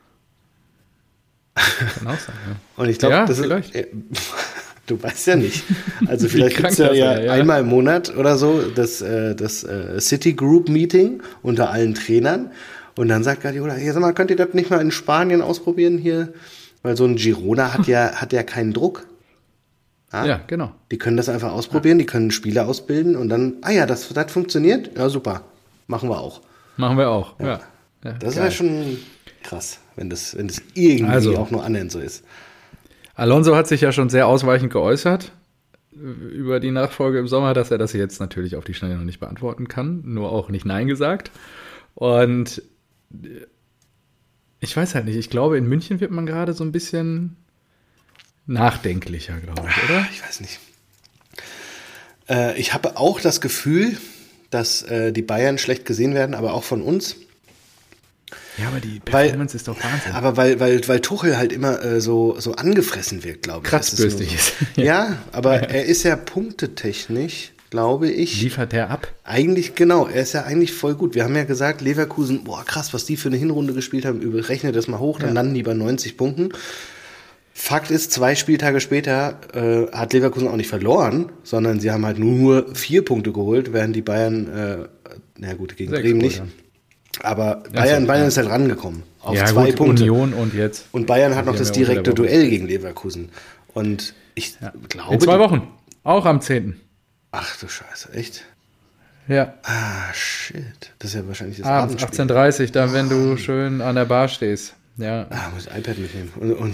Kann auch sein, ja. Und ich glaube, ja, das vielleicht. ist. Du weißt ja nicht. Also vielleicht gibt es ja einmal im Monat oder so das City Group Meeting unter allen Trainern. Und dann sagt Guardiola, hier, sag mal, könnt ihr das nicht mal in Spanien ausprobieren hier? Weil so ein Girona hat ja keinen Druck. Ja, genau. Die können das einfach ausprobieren, die können Spieler ausbilden und dann, das funktioniert? Ja, super. Machen wir auch. Ja. Das wäre schon krass, wenn das irgendwie auch nur annähernd so ist. Alonso hat sich ja schon sehr ausweichend geäußert über die Nachfolge im Sommer, dass er das jetzt natürlich auf die Schnelle noch nicht beantworten kann, nur auch nicht Nein gesagt. Und ich weiß halt nicht, ich glaube, in München wird man gerade so ein bisschen nachdenklicher, glaube ich, oder? Ich weiß nicht. Ich habe auch das Gefühl, dass die Bayern schlecht gesehen werden, aber auch von uns. Ja, aber die Performance ist doch Wahnsinn. Aber weil Tuchel halt immer so angefressen wirkt, glaube ich. Kratzbürstig ist. Ja, aber er ist ja punktetechnisch, glaube ich. Liefert der ab? Eigentlich, genau, er ist ja eigentlich voll gut. Wir haben ja gesagt, Leverkusen, boah, krass, was die für eine Hinrunde gespielt haben, rechne das mal hoch, dann landen die bei 90 Punkten. Fakt ist, 2 Spieltage später hat Leverkusen auch nicht verloren, sondern sie haben halt nur 4 Punkte geholt, während die Bayern, na gut, gegen Bremen nicht. Aber Bayern ist halt rangekommen auf 2 Punkte. Union und jetzt. Und Bayern hat noch das direkte Duell gegen Leverkusen. Und ich glaube... In 2 Wochen, auch am 10. Ach du Scheiße, echt? Ja. Ah, shit. Das ist ja wahrscheinlich das Abends, Abendspiel. 18:30 Uhr, dann, wenn du schön an der Bar stehst. Ja. Muss ich iPad mitnehmen. Und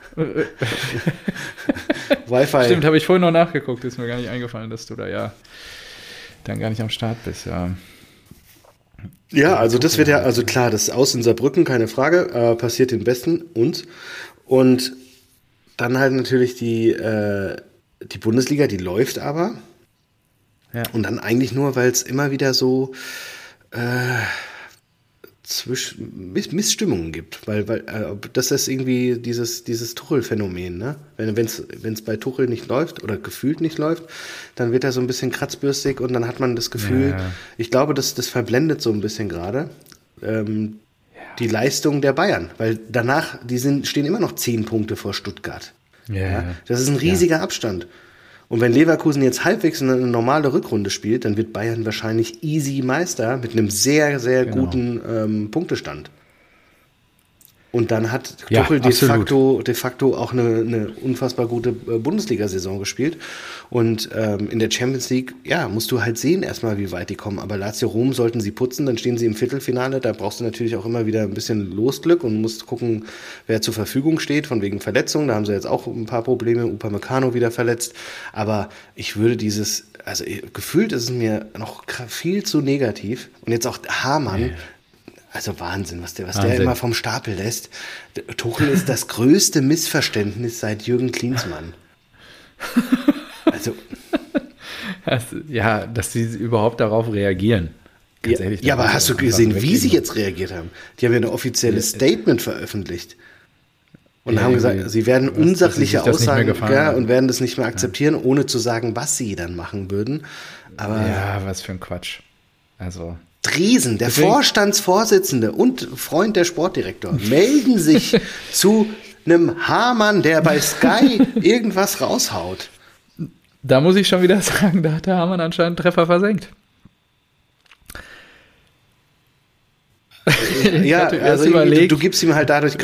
Wi-Fi. Stimmt, habe ich vorhin noch nachgeguckt, ist mir gar nicht eingefallen, dass du da ja dann gar nicht am Start bist, ja. Ja, also das wird ja, also klar, das Aus in Saarbrücken, keine Frage, passiert den Besten uns. Und dann halt natürlich die Bundesliga, die läuft aber. Ja. Und dann eigentlich nur, weil es immer wieder so Missstimmungen gibt, weil das ist irgendwie dieses Tuchel-Phänomen, ne? Wenn es bei Tuchel nicht läuft oder gefühlt nicht läuft, dann wird er so ein bisschen kratzbürstig und dann hat man das Gefühl, ich glaube, das verblendet so ein bisschen gerade die Leistung der Bayern, weil danach, stehen immer noch 10 Punkte vor Stuttgart. Ja? Das ist ein riesiger Abstand. Und wenn Leverkusen jetzt halbwegs eine normale Rückrunde spielt, dann wird Bayern wahrscheinlich easy Meister mit einem sehr, sehr guten Punktestand. Und dann hat Tuchel de facto auch eine unfassbar gute Bundesliga-Saison gespielt. Und in der Champions League, ja, musst du halt sehen erstmal, wie weit die kommen. Aber Lazio Rom sollten sie putzen, dann stehen sie im Viertelfinale. Da brauchst du natürlich auch immer wieder ein bisschen Losglück und musst gucken, wer zur Verfügung steht, von wegen Verletzungen. Da haben sie jetzt auch ein paar Probleme. Upamecano wieder verletzt. Aber ich würde gefühlt ist es mir noch viel zu negativ. Und jetzt auch Hamann. Also Wahnsinn, was der immer vom Stapel lässt. Tuchel ist das größte Missverständnis seit Jürgen Klinsmann. Also ja, dass sie überhaupt darauf reagieren. Ganz ehrlich, ja, aber hast du gesehen, wie sie jetzt reagiert haben? Die haben ja ein offizielles Statement veröffentlicht. Und haben gesagt, sie werden unsachliche Aussagen und werden das nicht mehr akzeptieren, ohne zu sagen, was sie dann machen würden. Aber ja, was für ein Quatsch. Also Driesen, der Vorstandsvorsitzende und Freund der Sportdirektor, melden sich zu einem Hamann, der bei Sky irgendwas raushaut. Da muss ich schon wieder sagen, da hat der Hamann anscheinend einen Treffer versenkt. Ja, also du gibst ihm halt dadurch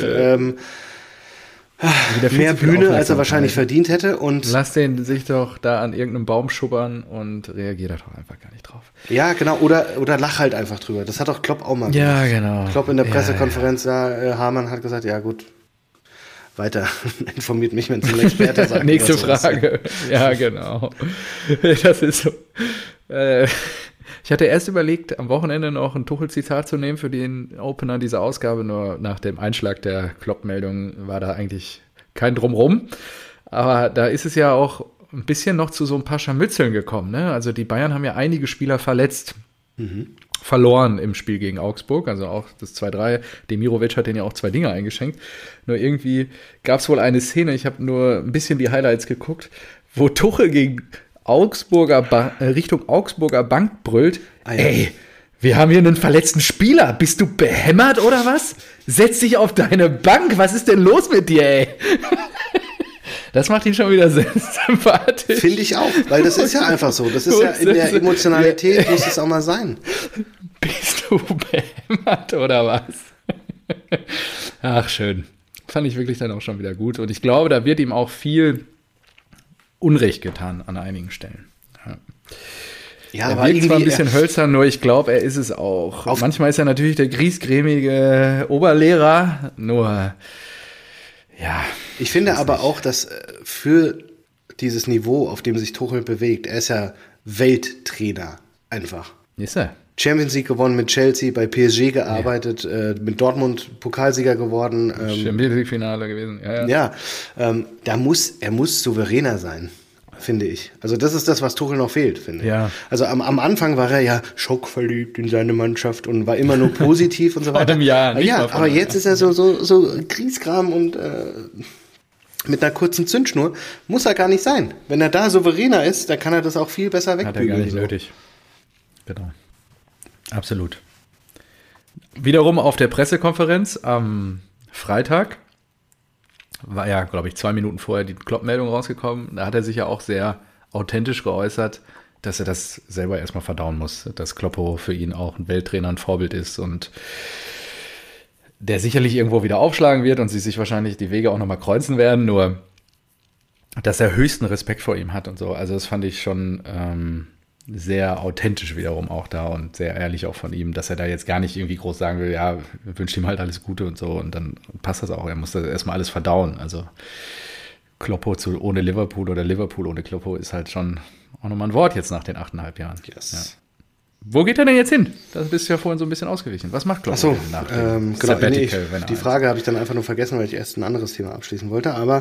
mehr Bühne, als er wahrscheinlich verdient hätte. Und lass den sich doch da an irgendeinem Baum schubbern und reagiert da doch einfach gar nicht drauf. Ja, genau. Oder lach halt einfach drüber. Das hat doch Klopp auch mal gemacht. Ja, genau. Klopp in der Pressekonferenz, Hamann hat gesagt, ja gut, weiter. Informiert mich, wenn es ein Experte sagt. Nächste Frage. Ja, genau. Das ist so. Ich hatte erst überlegt, am Wochenende noch ein Tuchel-Zitat zu nehmen für den Opener dieser Ausgabe, nur nach dem Einschlag der Klopp-Meldung war da eigentlich kein Drumrum. Aber da ist es ja auch ein bisschen noch zu so ein paar Scharmützeln gekommen, ne? Also die Bayern haben ja einige Spieler verletzt, verloren im Spiel gegen Augsburg, also auch das 2-3. Demirovic hat denen ja auch 2 Dinger eingeschenkt. Nur irgendwie gab es wohl eine Szene, ich habe nur ein bisschen die Highlights geguckt, wo Tuchel gegen Richtung Augsburger Bank brüllt, ey, wir haben hier einen verletzten Spieler, bist du behämmert oder was? Setz dich auf deine Bank, was ist denn los mit dir, ey? Das macht ihn schon wieder sehr sympathisch. Finde ich auch, weil das ist ja einfach so. Das ist ja in der Emotionalität, muss es auch mal sein. Bist du behämmert oder was? Ach, schön. Fand ich wirklich dann auch schon wieder gut. Und ich glaube, da wird ihm auch viel Unrecht getan an einigen Stellen. Ja, er wirkt zwar ein bisschen hölzern, nur ich glaube, er ist es auch. Manchmal ist er natürlich der griesgrämige Oberlehrer, nur ja. Ich finde aber auch, dass für dieses Niveau, auf dem sich Tuchel bewegt, er ist ja Welttrainer einfach. Ist er? Champions League gewonnen mit Chelsea, bei PSG gearbeitet, mit Dortmund Pokalsieger geworden. Champions League-Finale gewesen. Er muss souveräner sein, finde ich. Also das ist das, was Tuchel noch fehlt, finde ich. Ja. Also am Anfang war er ja schockverliebt in seine Mannschaft und war immer nur positiv und so weiter. Aber jetzt ist er so Griesgram und mit einer kurzen Zündschnur muss er gar nicht sein. Wenn er da souveräner ist, dann kann er das auch viel besser wegbügeln. Hat er gar nicht nötig. Genau. Absolut. Wiederum auf der Pressekonferenz am Freitag war ja, glaube ich, 2 Minuten vorher die Klopp-Meldung rausgekommen. Da hat er sich ja auch sehr authentisch geäußert, dass er das selber erstmal verdauen muss, dass Kloppo für ihn auch ein Welttrainer, ein Vorbild ist und der sicherlich irgendwo wieder aufschlagen wird und sie sich wahrscheinlich die Wege auch nochmal kreuzen werden, nur dass er höchsten Respekt vor ihm hat und so. Also das fand ich schon sehr authentisch wiederum auch da und sehr ehrlich auch von ihm, dass er da jetzt gar nicht irgendwie groß sagen will, ja, wünscht ihm halt alles Gute und so und dann passt das auch. Er muss das erstmal alles verdauen. Also Kloppo ohne Liverpool oder Liverpool ohne Kloppo ist halt schon auch nochmal ein Wort jetzt nach den 8,5 Jahren. Yes. Ja. Wo geht er denn jetzt hin? Das bist du ja vorhin so ein bisschen ausgewichen. Was macht Kloppo denn nach dem Sabbatical? Die Frage habe ich dann einfach nur vergessen, weil ich erst ein anderes Thema abschließen wollte. Aber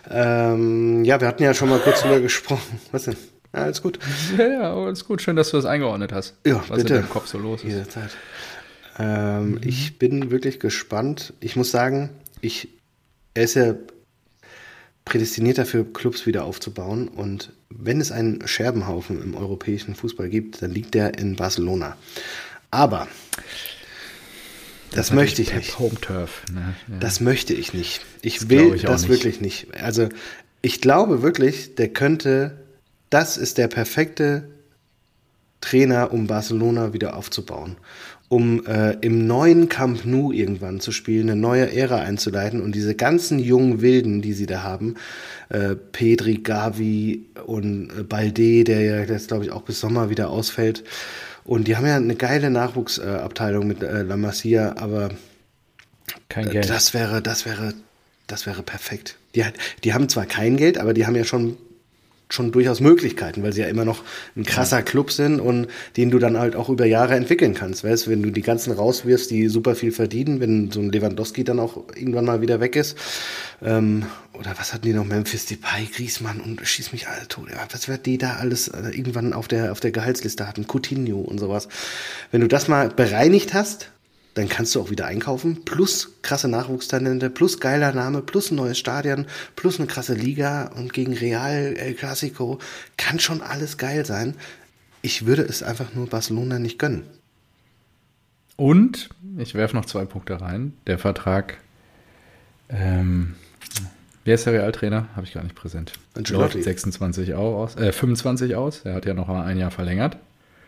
wir hatten ja schon mal kurz drüber gesprochen. Was denn? Ja, alles gut. Ja, alles gut. Schön, dass du das eingeordnet hast. Ja, was bitte. in deinem Kopf so los ist. Jederzeit. Ich bin wirklich gespannt. Ich muss sagen, er ist ja prädestiniert dafür, Clubs wieder aufzubauen. Und wenn es einen Scherbenhaufen im europäischen Fußball gibt, dann liegt der in Barcelona. Aber das möchte ich nicht. Home Turf. Ne? Ja. Das möchte ich nicht. Ich will das wirklich nicht. Also ich glaube wirklich, das ist der perfekte Trainer, um Barcelona wieder aufzubauen. Um im neuen Camp Nou irgendwann zu spielen, eine neue Ära einzuleiten und diese ganzen jungen Wilden, die sie da haben, Pedri, Gavi und Balde, der ja jetzt, glaube ich, auch bis Sommer wieder ausfällt. Und die haben ja eine geile Nachwuchsabteilung mit La Masia, aber kein Geld. Das wäre perfekt. Die haben zwar kein Geld, aber die haben ja schon durchaus Möglichkeiten, weil sie ja immer noch ein krasser Club sind und den du dann halt auch über Jahre entwickeln kannst. Weißt du, wenn du die ganzen rauswirfst, die super viel verdienen, wenn so ein Lewandowski dann auch irgendwann mal wieder weg ist. Oder was hatten die noch? Memphis Depay, Griezmann und schieß mich alle tot. Was wird die da alles irgendwann auf der Gehaltsliste hatten? Coutinho und sowas. Wenn du das mal bereinigt hast, dann kannst du auch wieder einkaufen, plus krasse Nachwuchstalente, plus geiler Name, plus ein neues Stadion, plus eine krasse Liga und gegen Real, El Clasico, kann schon alles geil sein. Ich würde es einfach nur Barcelona nicht gönnen. Und, ich werfe noch 2 Punkte rein, der Vertrag, wer ist der Realtrainer? Habe ich gar nicht präsent. Ancelotti. Läuft 25 aus, er hat ja noch mal ein Jahr verlängert.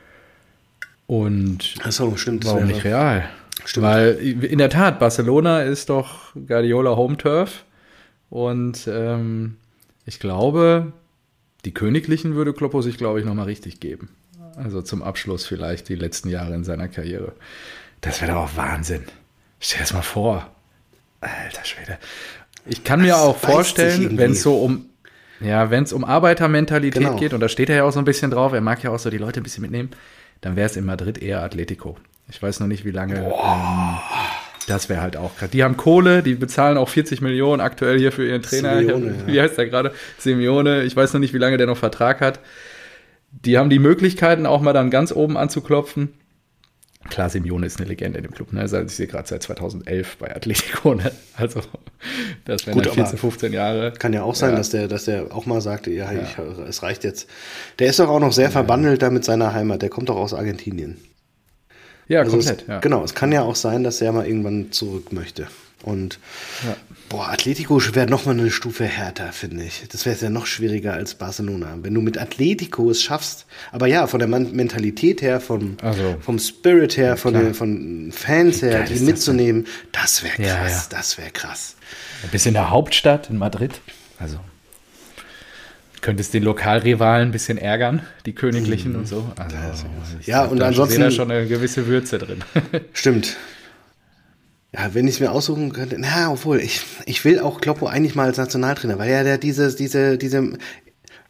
Und Achso, stimmt. Warum nicht Real? Stimmt. Weil in der Tat, Barcelona ist doch Guardiola Home Turf und ich glaube, die Königlichen würde Kloppo sich, glaube ich, nochmal richtig geben. Also zum Abschluss vielleicht die letzten Jahre in seiner Karriere. Das wäre doch auch Wahnsinn. Stell dir das mal vor. Alter Schwede. Ich kann mir auch vorstellen, wenn es so um Arbeitermentalität geht, und da steht er ja auch so ein bisschen drauf, er mag ja auch so die Leute ein bisschen mitnehmen, dann wäre es in Madrid eher Atletico. Ich weiß noch nicht, wie lange. Das wäre halt auch krass. Die haben Kohle, die bezahlen auch 40 Millionen aktuell hier für ihren Trainer. Wie heißt der gerade? Simeone. Ich weiß noch nicht, wie lange der noch Vertrag hat. Die haben die Möglichkeiten, auch mal dann ganz oben anzuklopfen. Klar, Simeone ist eine Legende in dem Club. Ne? Ich sehe gerade seit 2011 bei Atletico. Ne? Also, das wären 14, 15 Jahre. Kann ja auch sein, dass der auch mal sagte, es reicht jetzt. Der ist doch auch noch sehr verbandelt da mit seiner Heimat. Der kommt doch aus Argentinien. Ja, also komplett. Genau, es kann ja auch sein, dass er mal irgendwann zurück möchte. Und Atletico wäre nochmal eine Stufe härter, finde ich. Das wäre ja noch schwieriger als Barcelona. Wenn du mit Atletico es schaffst, aber ja, von der Mentalität her, vom Spirit her, von Fans her, die mitzunehmen, das wäre krass, das wäre krass. Ein bisschen in der Hauptstadt in Madrid, also könntest den Lokalrivalen ein bisschen ärgern, die Königlichen und so. Also, und ansonsten da schon eine gewisse Würze drin. Stimmt. Ja, wenn ich es mir aussuchen könnte, obwohl, ich will auch Kloppo eigentlich mal als Nationaltrainer, weil er diese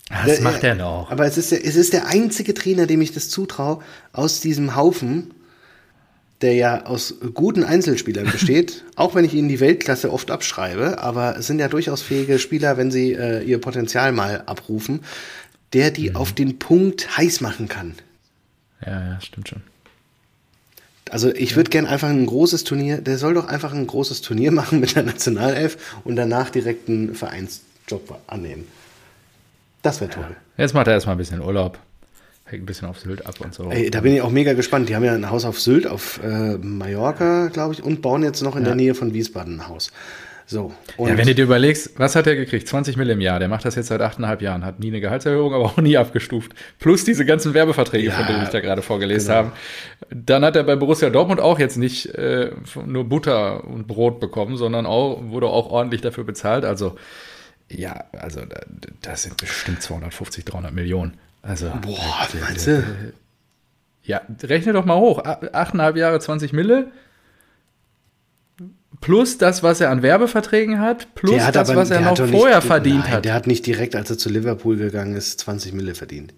Was macht er noch? Aber es ist der einzige Trainer, dem ich das zutraue, aus diesem Haufen, der ja aus guten Einzelspielern besteht, auch wenn ich ihnen die Weltklasse oft abschreibe, aber es sind ja durchaus fähige Spieler, wenn sie ihr Potenzial mal abrufen, der die auf den Punkt heiß machen kann. Ja, stimmt schon. Also ich würde gern einfach ein großes Turnier, der soll doch einfach ein großes Turnier machen mit der Nationalelf und danach direkt einen Vereinsjob annehmen. Das wäre toll. Jetzt macht er erstmal ein bisschen Urlaub. Hängt ein bisschen auf Sylt ab und so. Ey, da bin ich auch mega gespannt. Die haben ja ein Haus auf Sylt, auf Mallorca, glaube ich, und bauen jetzt noch in der Nähe von Wiesbaden ein Haus. So. Und Ja, wenn du dir überlegst, was hat er gekriegt? 20 Mill im Jahr. Der macht das jetzt seit 8,5 Jahren. Hat nie eine Gehaltserhöhung, aber auch nie abgestuft. Plus diese ganzen Werbeverträge, von denen ich da gerade vorgelesen habe. Dann hat er bei Borussia Dortmund auch jetzt nicht nur Butter und Brot bekommen, sondern wurde auch ordentlich dafür bezahlt. Also, das sind bestimmt 250, 300 Millionen. Also, boah, meinst du? Ja, rechne doch mal hoch. 8,5 Jahre, 20 Mille. Plus das, was er an Werbeverträgen hat, plus das, was er noch vorher verdient hat. Der hat nicht direkt, als er zu Liverpool gegangen ist, 20 Mille verdient.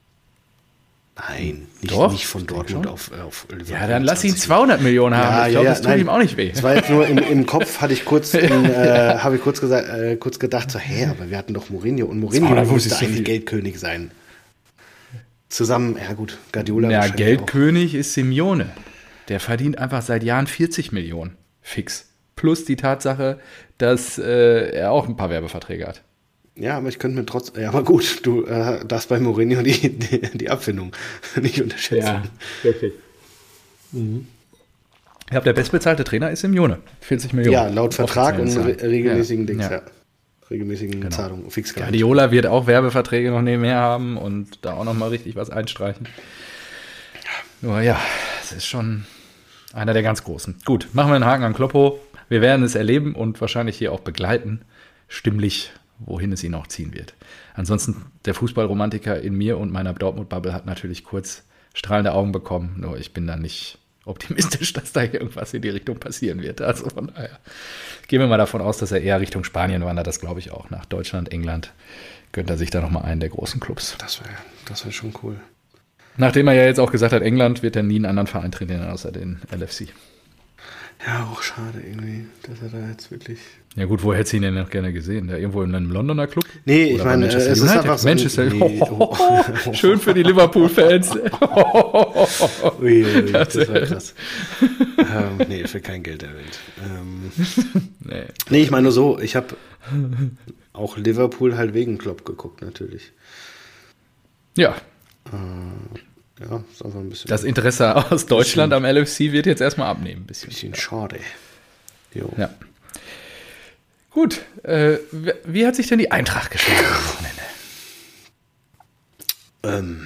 Nein, nicht von Dortmund auf Liverpool. Ja, dann lass ihn 200 Millionen haben. Ich glaube, das tut ihm auch nicht weh. Das war jetzt nur im Kopf, hatte ich kurz, habe ich kurz gedacht, so, aber wir hatten doch Mourinho und Mourinho müsste eigentlich Geldkönig sein. Zusammen, ja gut, Guardiola. Ja, Geldkönig ist Simeone. Der verdient einfach seit Jahren 40 Millionen. Fix. Plus die Tatsache, dass er auch ein paar Werbeverträge hat. Ja, aber ich könnte mir trotzdem, ja, aber gut, du darfst bei Mourinho die Abfindung nicht unterschätzen. Ja, wirklich. Mhm. Ich glaube, der bestbezahlte Trainer ist Simeone. 40 Millionen. Ja, laut Vertrag und regelmäßigen Dings, regelmäßigen Zahlungen, Fixgehalt. Guardiola wird auch Werbeverträge noch nebenher haben und da auch noch mal richtig was einstreichen. Nur ja, es ist schon einer der ganz Großen. Gut, machen wir einen Haken an Kloppo. Wir werden es erleben und wahrscheinlich hier auch begleiten, stimmlich, wohin es ihn auch ziehen wird. Ansonsten, der Fußballromantiker in mir und meiner Dortmund-Bubble hat natürlich kurz strahlende Augen bekommen. Nur ich bin da nicht optimistisch, dass da irgendwas in die Richtung passieren wird. Also von daher gehen wir mal davon aus, dass er eher Richtung Spanien wandert. Das glaube ich auch. Nach Deutschland, England gönnt er sich da nochmal einen der großen Clubs. Das wär schon cool. Nachdem er ja jetzt auch gesagt hat, England wird er nie einen anderen Verein trainieren, außer den LFC. Ja, auch schade irgendwie, dass er da jetzt wirklich... Ja gut, wo hättest du ihn denn noch gerne gesehen? Da irgendwo in einem Londoner Club? Nee, ich meine, es ist einfach so... Manchester, schön für die Liverpool-Fans. Ui, das war krass. Nee, für kein Geld erwähnt. Nee, ich meine nur so, ich habe auch Liverpool halt wegen Klopp geguckt, natürlich. Ja. Ja, ist einfach ein bisschen... Das Interesse aus Deutschland am LFC wird jetzt erstmal abnehmen. Ein bisschen schade. Jo. Ja. Gut, wie hat sich denn die Eintracht geschlagen am Wochenende?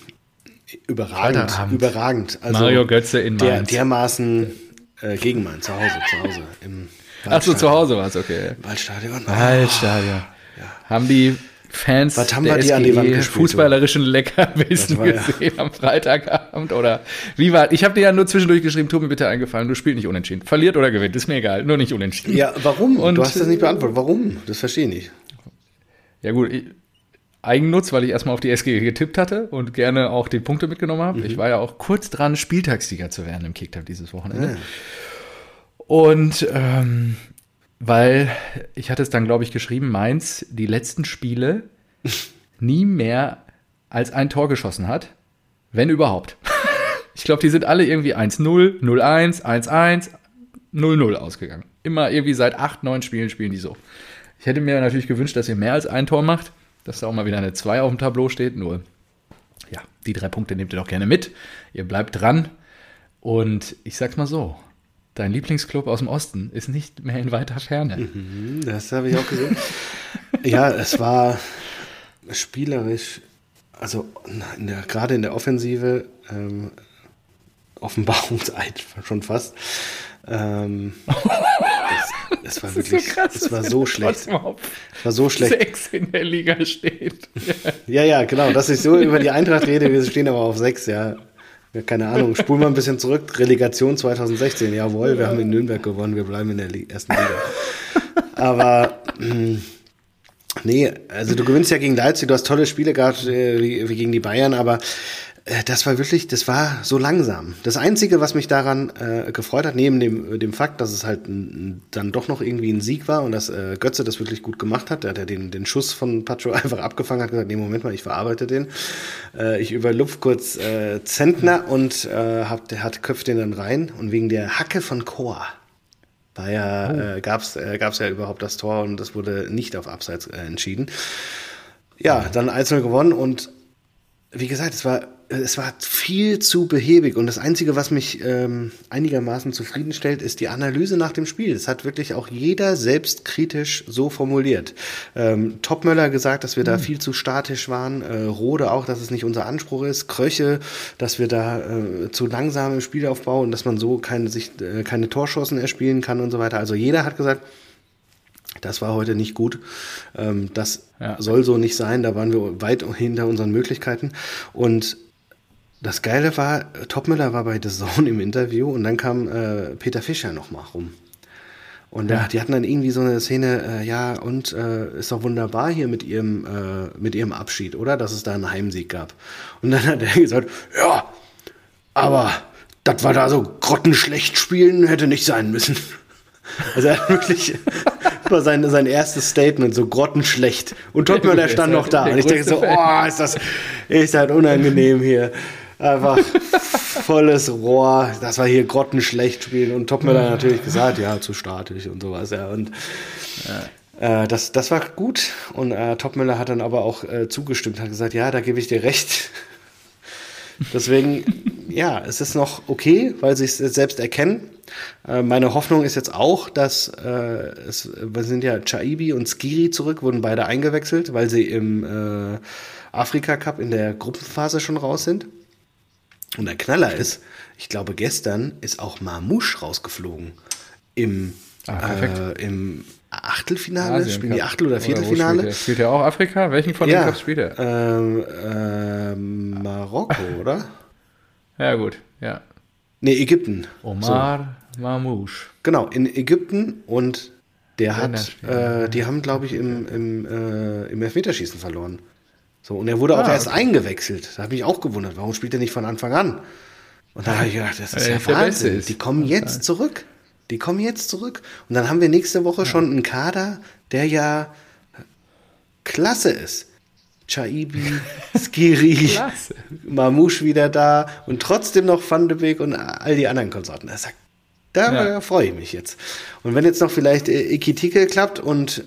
Überragend. Also Mario Götze in Mainz. Dermaßen gegen Mainz, zu Hause. Achso, zu Hause war es, okay. Waldstadion. Waldstadion. Ja. Haben die Fans was haben wir die an die Wand gespielt, fußballerischen Leckerbissen gesehen am Freitagabend? Oder wie war? Ich habe dir ja nur zwischendurch geschrieben, tu mir bitte eingefallen, du spielst nicht unentschieden. Verliert oder gewinnt, ist mir egal, nur nicht unentschieden. Ja, warum? Und du hast das nicht beantwortet. Warum? Das verstehe ich nicht. Ja gut, Eigennutz, weil ich erstmal auf die SG getippt hatte und gerne auch die Punkte mitgenommen habe. Ich war ja auch kurz dran, Spieltagssieger zu werden im Kicktipp dieses Wochenende. Und weil, ich hatte es dann, glaube ich, geschrieben, Mainz die letzten Spiele nie mehr als ein Tor geschossen hat, wenn überhaupt. Ich glaube, die sind alle irgendwie 1-0, 0-1, 1-1, 0-0 ausgegangen. Immer irgendwie seit 8, 9 Spielen spielen die so. Ich hätte mir natürlich gewünscht, dass ihr mehr als ein Tor macht, dass da auch mal wieder eine 2 auf dem Tableau steht. Nur, ja, die 3 Punkte nehmt ihr doch gerne mit. Ihr bleibt dran. Und ich sag's mal so, dein Lieblingsclub aus dem Osten ist nicht mehr in weiter Ferne. Das habe ich auch gesehen. Ja, es war spielerisch, also gerade in der Offensive, Offenbarungseid schon fast. Es war wirklich, so krass, es war so schlecht. Es war so schlecht. 6 in der Liga steht. Ja, genau, dass ich so über die Eintracht rede, wir stehen aber auf 6, ja. Ja, keine Ahnung, spulen wir ein bisschen zurück. Relegation 2016, jawohl, wir haben in Nürnberg gewonnen, wir bleiben in der ersten Liga. Aber Nee, also du gewinnst ja gegen Leipzig, du hast tolle Spiele gehabt, wie gegen die Bayern, aber das war so langsam. Das Einzige, was mich daran gefreut hat, neben dem Fakt, dass es halt dann doch noch irgendwie ein Sieg war und dass Götze das wirklich gut gemacht hat, der hat ja den Schuss von Pacho einfach abgefangen, hat gesagt, nee, Moment mal, ich verarbeite den. Ich überlupf kurz Zentner und köpft den dann rein und wegen der Hacke von Chor gab's ja überhaupt das Tor und das wurde nicht auf Abseits entschieden. Ja, dann 1-0 gewonnen und wie gesagt, es war viel zu behäbig und das Einzige, was mich einigermaßen zufriedenstellt, ist die Analyse nach dem Spiel. Das hat wirklich auch jeder selbstkritisch so formuliert. Topmöller gesagt, dass wir da viel zu statisch waren, Rode auch, dass es nicht unser Anspruch ist, Kröche, dass wir da zu langsam im Spielaufbau und dass man so keine Torschancen erspielen kann und so weiter. Also jeder hat gesagt, das war heute nicht gut. Das soll so nicht sein. Da waren wir weit hinter unseren Möglichkeiten. Und das Geile war, Topmöller war bei The Zone im Interview und dann kam Peter Fischer noch mal rum. Und die hatten dann irgendwie so eine Szene, ist doch wunderbar hier mit ihrem Abschied, oder? Dass es da einen Heimsieg gab. Und dann hat er gesagt, ja, aber das war da so grottenschlecht spielen, hätte nicht sein müssen. Also er hat wirklich war sein erstes Statement so grottenschlecht. Und Topmöller stand noch da. Und ich denke so, ist das unangenehm hier. Einfach volles Rohr. Das war hier grottenschlecht spielen. Und Topmöller hat natürlich gesagt, ja, zu statisch und sowas. Ja. Und das war gut. Und Topmöller hat dann aber auch zugestimmt, hat gesagt, ja, da gebe ich dir recht. Deswegen, ja, es ist noch okay, weil sie es selbst erkennen. Meine Hoffnung ist jetzt auch, dass wir sind ja Chaibi und Skiri zurück, wurden beide eingewechselt, weil sie im Afrika Cup in der Gruppenphase schon raus sind. Und der Knaller ist, ich glaube gestern ist auch Marmouche rausgeflogen im Achtelfinale, Asien spielen die Cup. Achtel- oder Viertelfinale. Spielt er auch Afrika? Welchen von den Cups spielt er? Marokko, oder? Ja gut, ja. Nee, Ägypten. Omar Marmouche. Genau, in Ägypten und die haben, glaube ich, im Elfmeterschießen verloren. So, und er wurde auch erst eingewechselt. Da habe ich mich auch gewundert, warum spielt er nicht von Anfang an? Und da habe ich gedacht, das ist ja Wahnsinn. Die kommen jetzt zurück. Und dann haben wir nächste Woche schon einen Kader, der ja klasse ist. Chaibi, Skiri, Marmouche wieder da und trotzdem noch Van de Beek und all die anderen Konsorten. Da freue ich mich jetzt. Und wenn jetzt noch vielleicht Ekitike klappt und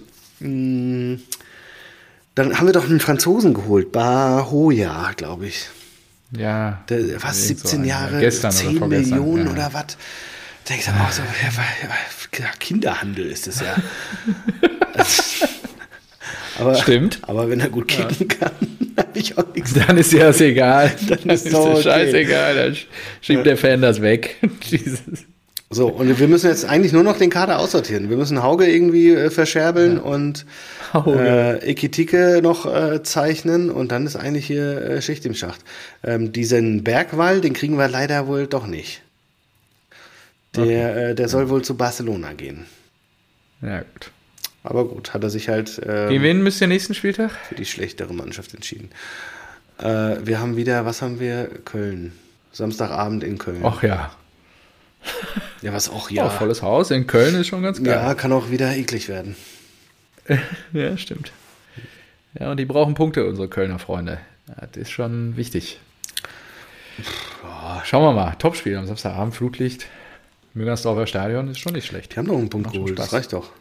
dann haben wir doch einen Franzosen geholt, Bahoya, glaube ich. Ja. Der, was, 17 Jahre, 10 Millionen oder was? Da denke ich auch so, Kinderhandel ist das ja. Aber, stimmt. Aber wenn er gut kicken kann, habe ich auch nichts. Dann ist ja das egal. Dann ist das okay. scheißegal. Dann schiebt der Fan das weg. Jesus. So, und wir müssen jetzt eigentlich nur noch den Kader aussortieren. Wir müssen Hauge irgendwie verscherbeln und Ekitike noch zeichnen und dann ist eigentlich hier Schicht im Schacht. Diesen Bergwall, den kriegen wir leider wohl doch nicht. Der soll wohl zu Barcelona gehen. Ja, gut. Aber gut, hat er sich halt Gegen wen müsst ihr nächsten Spieltag? für die schlechtere Mannschaft entschieden. Wir haben wieder, was haben wir? Köln. Samstagabend in Köln. Ach ja. Ja, was auch, ja. Volles Haus in Köln ist schon ganz geil. Ja, kann auch wieder eklig werden. Ja, stimmt. Ja, und die brauchen Punkte, unsere Kölner Freunde. Das ist schon wichtig. Schauen wir mal. Topspiel am Samstagabend, Flutlicht. Müngersdorfer Stadion ist schon nicht schlecht. Die haben noch einen Punkt geholt, das reicht doch.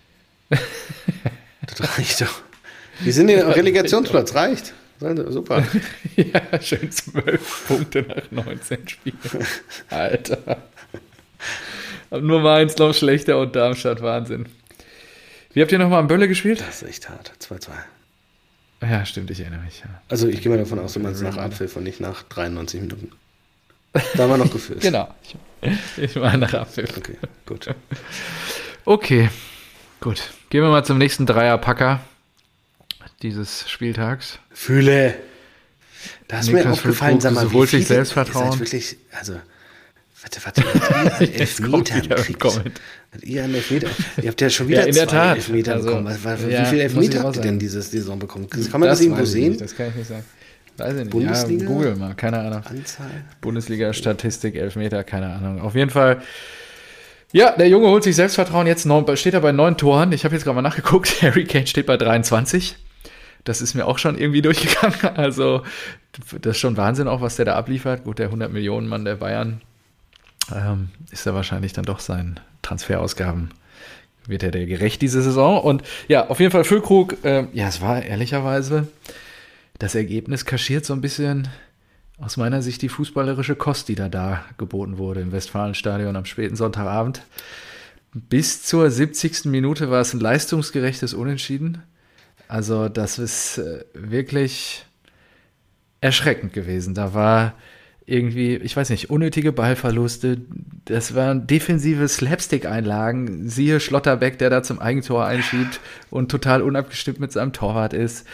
Das reicht doch. Wir sind im Relegationsplatz, reicht. Super. Ja, schön 12 Punkte nach 19 Spielen. Alter. Nur Mainz noch schlechter und Darmstadt, Wahnsinn. Wie habt ihr nochmal am Bölle gespielt? Das ist echt hart. 2-2. Ja, stimmt, ich erinnere mich. Ja. Also ich gehe mal davon aus, du meinst nach Abpfiff und nicht nach 93 Minuten. Da haben wir noch geführt. Genau. Ich meine nach Abpfiff. Okay, gut. Okay, gut. Gehen wir mal zum nächsten Dreierpacker dieses Spieltags. Fühle. Da ist mir aufgefallen, sag mal, sowohl sich Selbstvertrauen. Ihr seid wirklich, also, Was ihr an Elfmetern kriegt. Was ihr an Elfmetern. Ihr habt ja schon wieder in der 2 Tat. Elfmeter Also, bekommen. Wie viele Elfmeter habt ihr denn diese Saison bekommen? Kann man das irgendwo sehen? Nicht, das kann ich nicht sagen. Weiß ich nicht. Bundesliga? Ja, Google mal, keine Ahnung. Anzahl? Bundesliga-Statistik, Elfmeter, keine Ahnung. Auf jeden Fall, ja, der Junge holt sich Selbstvertrauen. Jetzt steht er bei 9 Toren. Ich habe jetzt gerade mal nachgeguckt. Harry Kane steht bei 23. Das ist mir auch schon irgendwie durchgegangen. Also, das ist schon Wahnsinn auch, was der da abliefert. Gut, der 100-Millionen-Mann der Bayern ist ja wahrscheinlich dann doch seinen Transferausgaben, wird er der gerecht diese Saison. Und ja, auf jeden Fall Füllkrug, ja, es war ehrlicherweise, das Ergebnis kaschiert so ein bisschen aus meiner Sicht die fußballerische Kost, die da geboten wurde im Westfalenstadion am späten Sonntagabend. Bis zur 70. Minute war es ein leistungsgerechtes Unentschieden. Also das ist wirklich erschreckend gewesen. Da war irgendwie, ich weiß nicht, unnötige Ballverluste, das waren defensive Slapstick-Einlagen, siehe Schlotterbeck, der da zum Eigentor einschiebt und total unabgestimmt mit seinem Torwart ist.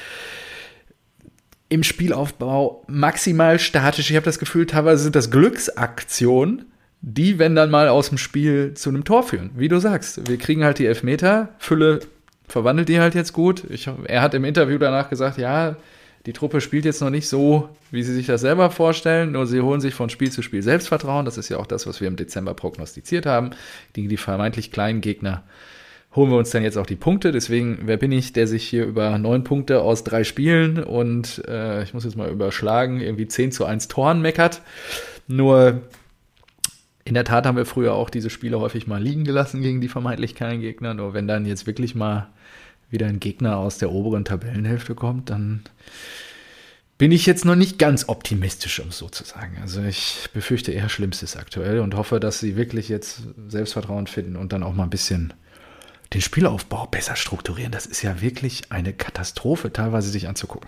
Im Spielaufbau maximal statisch, ich habe das Gefühl, teilweise sind das Glücksaktionen, die, wenn dann mal aus dem Spiel zu einem Tor führen. Wie du sagst, wir kriegen halt die Elfmeter, Fülle verwandelt die halt jetzt gut. Er hat im Interview danach gesagt, ja, die Truppe spielt jetzt noch nicht so, wie sie sich das selber vorstellen, nur sie holen sich von Spiel zu Spiel Selbstvertrauen. Das ist ja auch das, was wir im Dezember prognostiziert haben. Gegen die vermeintlich kleinen Gegner holen wir uns dann jetzt auch die Punkte. Deswegen, wer bin ich, der sich hier über 9 Punkte aus 3 Spielen und ich muss jetzt mal überschlagen, irgendwie 10:1 Toren meckert. Nur in der Tat haben wir früher auch diese Spiele häufig mal liegen gelassen gegen die vermeintlich kleinen Gegner. Nur wenn dann jetzt wirklich mal wieder ein Gegner aus der oberen Tabellenhälfte kommt, dann bin ich jetzt noch nicht ganz optimistisch, um es so zu sagen. Also ich befürchte eher Schlimmstes aktuell und hoffe, dass sie wirklich jetzt Selbstvertrauen finden und dann auch mal ein bisschen den Spielaufbau besser strukturieren. Das ist ja wirklich eine Katastrophe, teilweise sich anzugucken.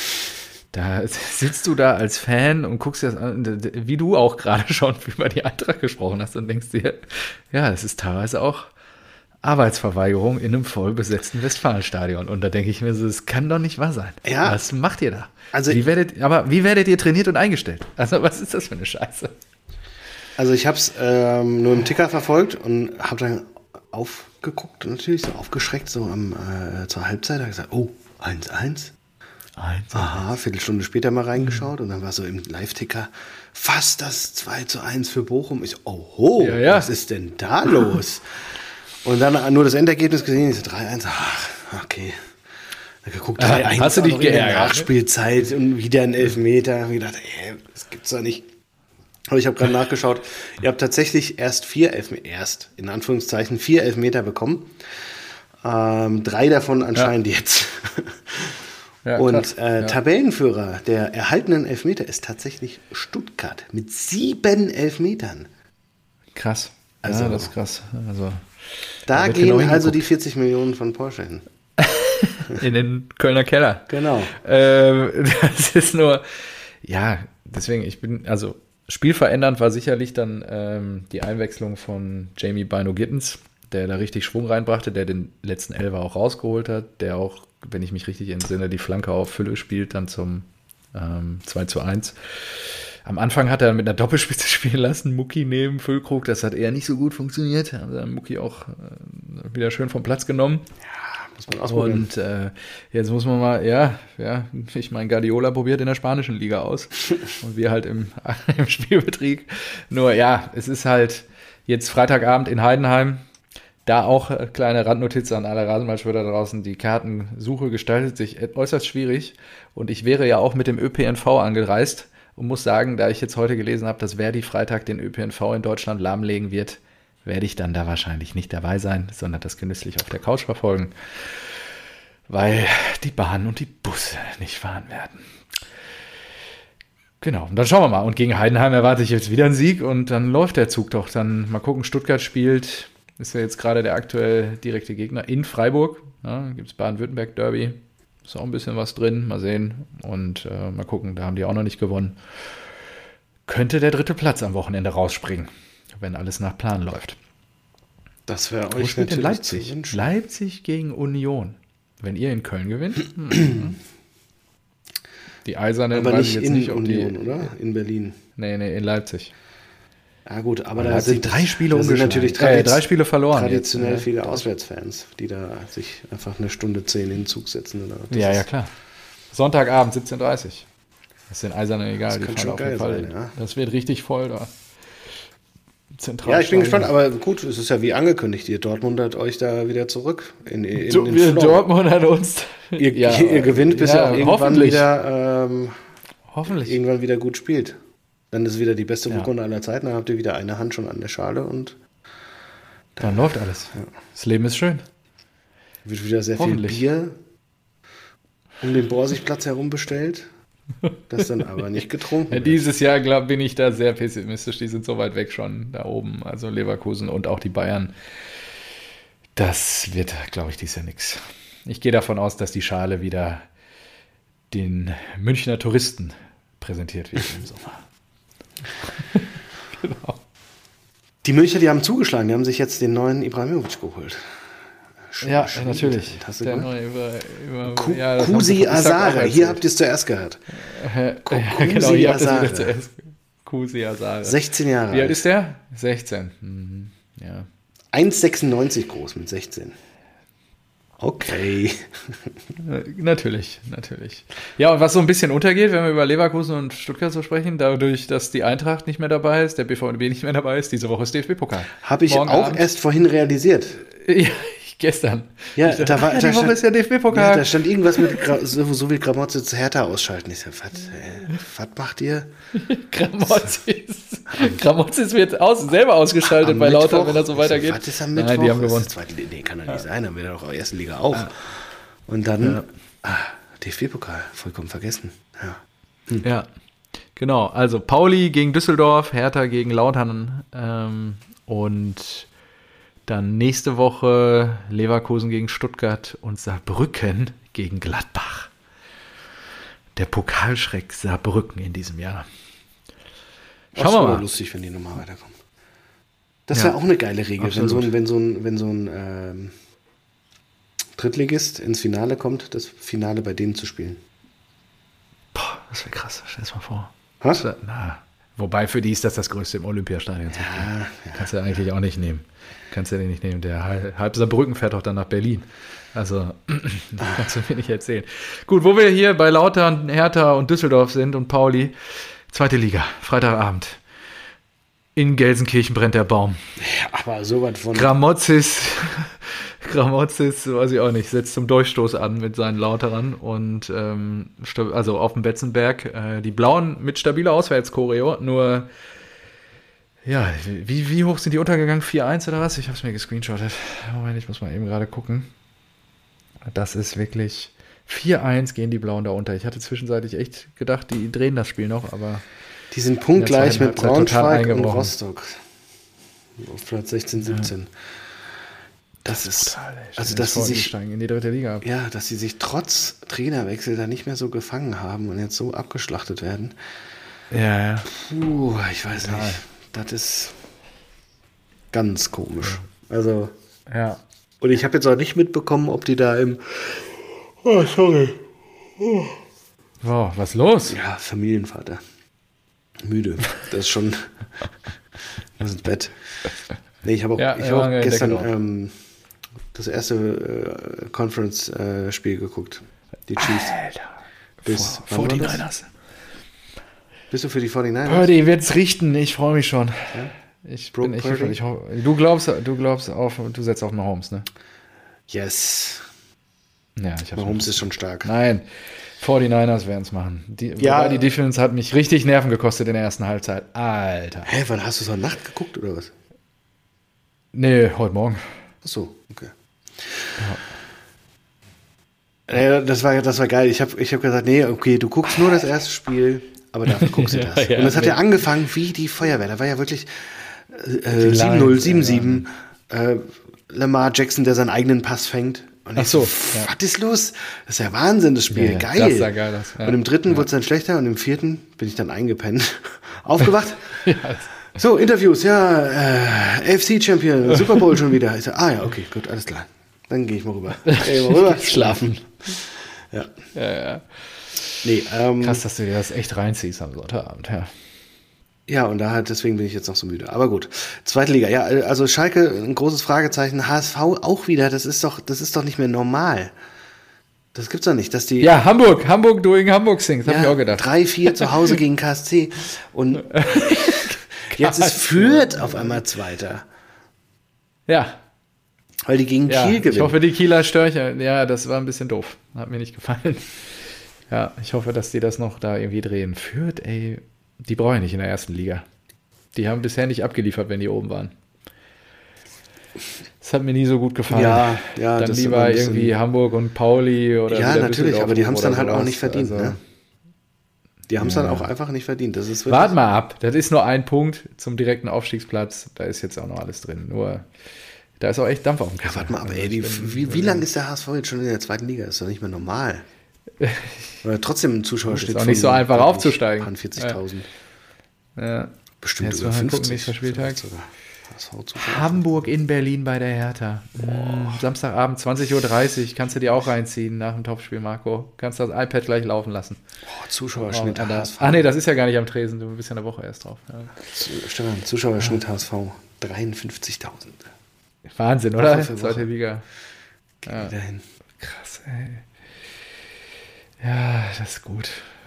Da sitzt du da als Fan und guckst dir das an, wie du auch gerade schon über die Eintracht gesprochen hast und denkst dir, ja, das ist teilweise auch Arbeitsverweigerung in einem voll besetzten Westfalenstadion. Und da denke ich mir so, das kann doch nicht wahr sein. Ja. Was macht ihr da? Also, wie werdet ihr trainiert und eingestellt? Also was ist das für eine Scheiße? Also ich habe es nur im Ticker verfolgt und habe dann aufgeguckt und natürlich so aufgeschreckt, so zur Halbzeit. Da gesagt, oh, 1-1. Aha, Viertelstunde später mal reingeschaut und dann war so im Live-Ticker fast das 2:1 für Bochum. Ich so, oho, ja. Was ist denn da los? Und dann nur das Endergebnis gesehen, ich so 3:1, ach, okay. Dann geguckt, 3:1. Hast du dich geärgert? Nachspielzeit und wieder ein Elfmeter. Ich gedacht, das gibt's doch nicht. Aber ich habe gerade nachgeschaut, ihr habt tatsächlich erst 4 Elfmeter bekommen. 3 davon anscheinend jetzt. Ja, und Tabellenführer der erhaltenen Elfmeter ist tatsächlich Stuttgart mit 7 Elfmetern. Krass. Also, ja, das ist krass. Also, da gehen genau also die 40 Millionen von Porsche hin. In den Kölner Keller. Genau. Das ist nur, ja, deswegen, spielverändernd war sicherlich dann die Einwechslung von Jamie Bino-Gittens, der da richtig Schwung reinbrachte, der den letzten Elfer auch rausgeholt hat, der auch, wenn ich mich richtig entsinne, die Flanke auf Fülle spielt, dann zum 2:1. Am Anfang hat er mit einer Doppelspitze spielen lassen, Mucki neben Füllkrug, das hat eher nicht so gut funktioniert, haben dann Mucki auch wieder schön vom Platz genommen. Ja, muss man ausprobieren. Und jetzt muss man mal, ich meine, Guardiola probiert in der spanischen Liga aus und wir halt im Spielbetrieb. Nur ja, es ist halt jetzt Freitagabend in Heidenheim. Da auch kleine Randnotiz an alle Rasenballspieler draußen. Die Kartensuche gestaltet sich äußerst schwierig. Und ich wäre ja auch mit dem ÖPNV angereist und muss sagen, da ich jetzt heute gelesen habe, dass Verdi Freitag den ÖPNV in Deutschland lahmlegen wird, werde ich dann da wahrscheinlich nicht dabei sein, sondern das genüsslich auf der Couch verfolgen, weil die Bahnen und die Busse nicht fahren werden. Genau, und dann schauen wir mal. Und gegen Heidenheim erwarte ich jetzt wieder einen Sieg und dann läuft der Zug doch. Dann mal gucken, Stuttgart spielt, ist ja jetzt gerade der aktuell direkte Gegner in Freiburg. Ja, gibt es Baden-Württemberg-Derby. Ist auch ein bisschen was drin, mal sehen. Und mal gucken, da haben die auch noch nicht gewonnen. Könnte der 3. Platz am Wochenende rausspringen, wenn alles nach Plan läuft. Das wäre Wo euch spielt denn natürlich Leipzig? zu wünschen. Leipzig gegen Union. Wenn ihr in Köln gewinnt. Die Eisernen Aber weiß nicht ich jetzt in nicht, ob Union, die, oder? In Berlin. Nee, in Leipzig. Ja gut, aber da Leipzig sind 3 Spiele da sind ungeschlagen. natürlich 3 Spiele verloren. traditionell jetzt. viele Auswärtsfans, die da sich einfach eine Stunde 10 in den Zug setzen. Oder? Das Ja, ist- ja, klar. Sonntagabend, 17:30 Uhr. Das ist den Eisernen egal. Das Die kann fahren schon auf jeden geil Fall. sein, ja. Das wird richtig voll da. Zentral. Ja, ich bin gespannt, aber gut, es ist ja wie angekündigt, ihr Dortmundert euch da wieder zurück in den Flow. Dortmund hat uns. Ihr gewinnt, bis ihr auch irgendwann hoffentlich. wieder irgendwann wieder gut spielt. Dann ist wieder die beste Ja. Rückrunde aller Zeiten, dann habt ihr wieder eine Hand schon an der Schale und Dann läuft alles. Das Leben ist schön. wird wieder sehr viel Hoffentlich. Bier um den Borsigplatz herum bestellt, das dann aber nicht getrunken Ja, wird. dieses Jahr bin ich da sehr pessimistisch. Die sind so weit weg schon da oben. Also Leverkusen und auch die Bayern. Das wird, glaube ich, dieses Jahr nichts. Ich gehe davon aus, dass die Schale wieder den Münchner Touristen präsentiert wird im Sommer. Genau. Die Münchner, die haben zugeschlagen, die haben sich jetzt den neuen Ibrahimovic geholt. Ja, Schön, natürlich. Hast du Der gehört? neue Kusi Kusi Azare, hier habt ihr es zuerst gehört. Genau, hier habt ihr es Azare. wieder zuerst. Kusi Azare. 16 Jahre Wie alt alt. ist der? 16. Mhm. Ja. 1,96 groß mit 16. Okay. Natürlich. Ja, und was so ein bisschen untergeht, wenn wir über Leverkusen und Stuttgart so sprechen, dadurch, dass die Eintracht nicht mehr dabei ist, der BVB nicht mehr dabei ist, diese Woche ist DFB-Pokal. Habe ich Morgen auch Abend. erst vorhin realisiert. Ja, gestern. Ja, Ich dachte, da war- die da Woche stand- ist ja Ja, DFB-Pokal. da stand irgendwas mit so wie Gramozze zu Hertha ausschalten. Ich so, was macht ihr? Gramozis wird selber ausgeschaltet Am bei Lauter, Mittwoch? wenn das so Ich so, weitergeht. Was ist am Nein, Mittwoch? die haben Das gewonnen. ist zweite Liga. Nee, kann doch nicht sein. Haben wir doch auch erste Liga auch. Und dann DFB-Pokal. Vollkommen vergessen. Ja. Ja, genau. Also Pauli gegen Düsseldorf, Hertha gegen Lautern und dann nächste Woche Leverkusen gegen Stuttgart und Saarbrücken gegen Gladbach. Der Pokalschreck Saarbrücken in diesem Jahr. Schauen wir mal. Lustig, wenn die nochmal weiterkommen. Das Ja, wäre auch eine geile Regel, absolut. wenn so ein Drittligist ins Finale kommt, das Finale bei denen zu spielen. Boah, das wäre krass. Stell dir mal vor. Was? Wobei für die ist das größte im Olympiastadion zu spielen. Ja. Kannst du eigentlich auch nicht nehmen. Kannst du den nicht nehmen. Der halb Saarbrücken fährt doch dann nach Berlin. Also, das kannst du mir nicht erzählen. Gut, wo wir hier bei Lautern, Hertha und Düsseldorf sind und Pauli, zweite Liga, Freitagabend. In Gelsenkirchen brennt der Baum. Ja, aber sowas von. Gramozis, weiß ich auch nicht, setzt zum Durchstoß an mit seinen Lauterern und also auf dem Betzenberg. Die Blauen mit stabiler Auswärtschoreo, nur ja, wie hoch sind die untergegangen? 4-1 oder was? Ich habe es mir gescreenshottet. Moment, ich muss mal eben gerade gucken. Das ist wirklich 4-1 gehen die Blauen da unter. Ich hatte zwischenzeitlich echt gedacht, die drehen das Spiel noch, aber Die sind punktgleich in der mit zweiten Halbzeit total Braunschweig und eingebrochen. Rostock. Auf Platz 16, 17. Das ist, brutal, ey. also dass sie sich, steigen in die dritte Liga ab. ja, dass sie sich trotz Trainerwechsel da nicht mehr so gefangen haben und jetzt so abgeschlachtet werden. Ja. Ich weiß nicht. Das ist ganz komisch. Also, Ja. und ich habe jetzt auch nicht mitbekommen, ob die da im, sorry. Wow, was los? Ja, Familienvater. Müde. Das ist schon, muss ins Bett. Nee, ich habe auch, Ja, ich hab auch ja, gestern das erste Conference-Spiel geguckt. Die Chiefs. Alter. Bis, wann war das? 49ers. Bist du für die 49ers? Purdy wird's richten, ich freue mich schon. Ich Broke bin echt Purdy? gespannt. Du glaubst auf, du setzt auf Mahomes, ne? Yes. Ja, ich hab's Mahomes ist schon stark. Nein, 49ers werden es machen. Ja. Wobei die Defense hat mich richtig Nerven gekostet in der ersten Halbzeit. Alter. Hä, wann hast du so Nacht geguckt oder was? Nee, heute Morgen. Ach so, okay. Ja, das war geil. Ich hab gesagt, nee, okay, du guckst nur das erste Spiel, aber dafür guckst du Ja, das. ja, Und das hat nee. ja angefangen wie die Feuerwehr. Da war ja wirklich 7-0, Lions, 7-7. Lamar Jackson, der seinen eigenen Pass fängt. Und Ach ich so, was ist los? Das ist ja Wahnsinn, das Spiel. Ja, geil. das sah geil aus, ja. Und im dritten wurde es dann schlechter und im vierten bin ich dann eingepennt. Aufgewacht. So, Interviews, ja, AFC-Champion, Super Bowl schon wieder. Ich so, ja, okay, gut, alles klar. Dann gehe ich mal rüber. Schlafen. Ja. Ja. Nee, Krass, dass du dir das echt reinziehst am Sonntagabend, ja. Ja, und deswegen bin ich jetzt noch so müde. Aber gut. Zweite Liga. Ja, also Schalke, ein großes Fragezeichen. HSV auch wieder. Das ist doch nicht mehr normal. Das gibt's doch nicht, dass die. Ja, Hamburg doing Hamburg things, hab ich auch gedacht. 3-4 zu Hause gegen KSC. Und jetzt ist Fürth auf einmal Zweiter. Ja. Weil die gegen Kiel gewinnen. Ich hoffe, die Kieler Störcher, ja, das war ein bisschen doof. Hat mir nicht gefallen. Ja, ich hoffe, dass die das noch da irgendwie drehen. Fürth, ey, die brauche ich nicht in der ersten Liga. Die haben bisher nicht abgeliefert, wenn die oben waren. Das hat mir nie so gut gefallen. Ja, dann das lieber irgendwie Hamburg und Pauli oder ja, natürlich, aber die haben es dann halt sowas. auch nicht verdient, Also, ne? Die haben es dann auch einfach nicht verdient. Das ist wart mal ab, das ist nur ein Punkt zum direkten Aufstiegsplatz. Da ist jetzt auch noch alles drin. Nur, da ist auch echt Dampf auf dem Kessel. Ja, warte mal ab, ey, wie lange ist der HSV jetzt schon in der zweiten Liga? Ist doch nicht mehr normal. Oder trotzdem ein Zuschauerschnitt ist auch nicht so einfach aufzusteigen. 40.000. Ja. Bestimmt jetzt über 50. Gucken, nächster Spieltag. HSV Hamburg in Berlin bei der Hertha. Samstagabend 20:30 Uhr. Kannst du dir auch reinziehen nach dem Topspiel, Marco. Kannst das iPad gleich laufen lassen. Zuschauerschnitt HSV. Nee, das ist ja gar nicht am Tresen. Du bist ja eine Woche erst drauf. Ja. Stefan, Zuschauerschnitt HSV 53.000. Wahnsinn, oder? Zweite Liga. Ja. Krass, ey. Ja, das ist gut.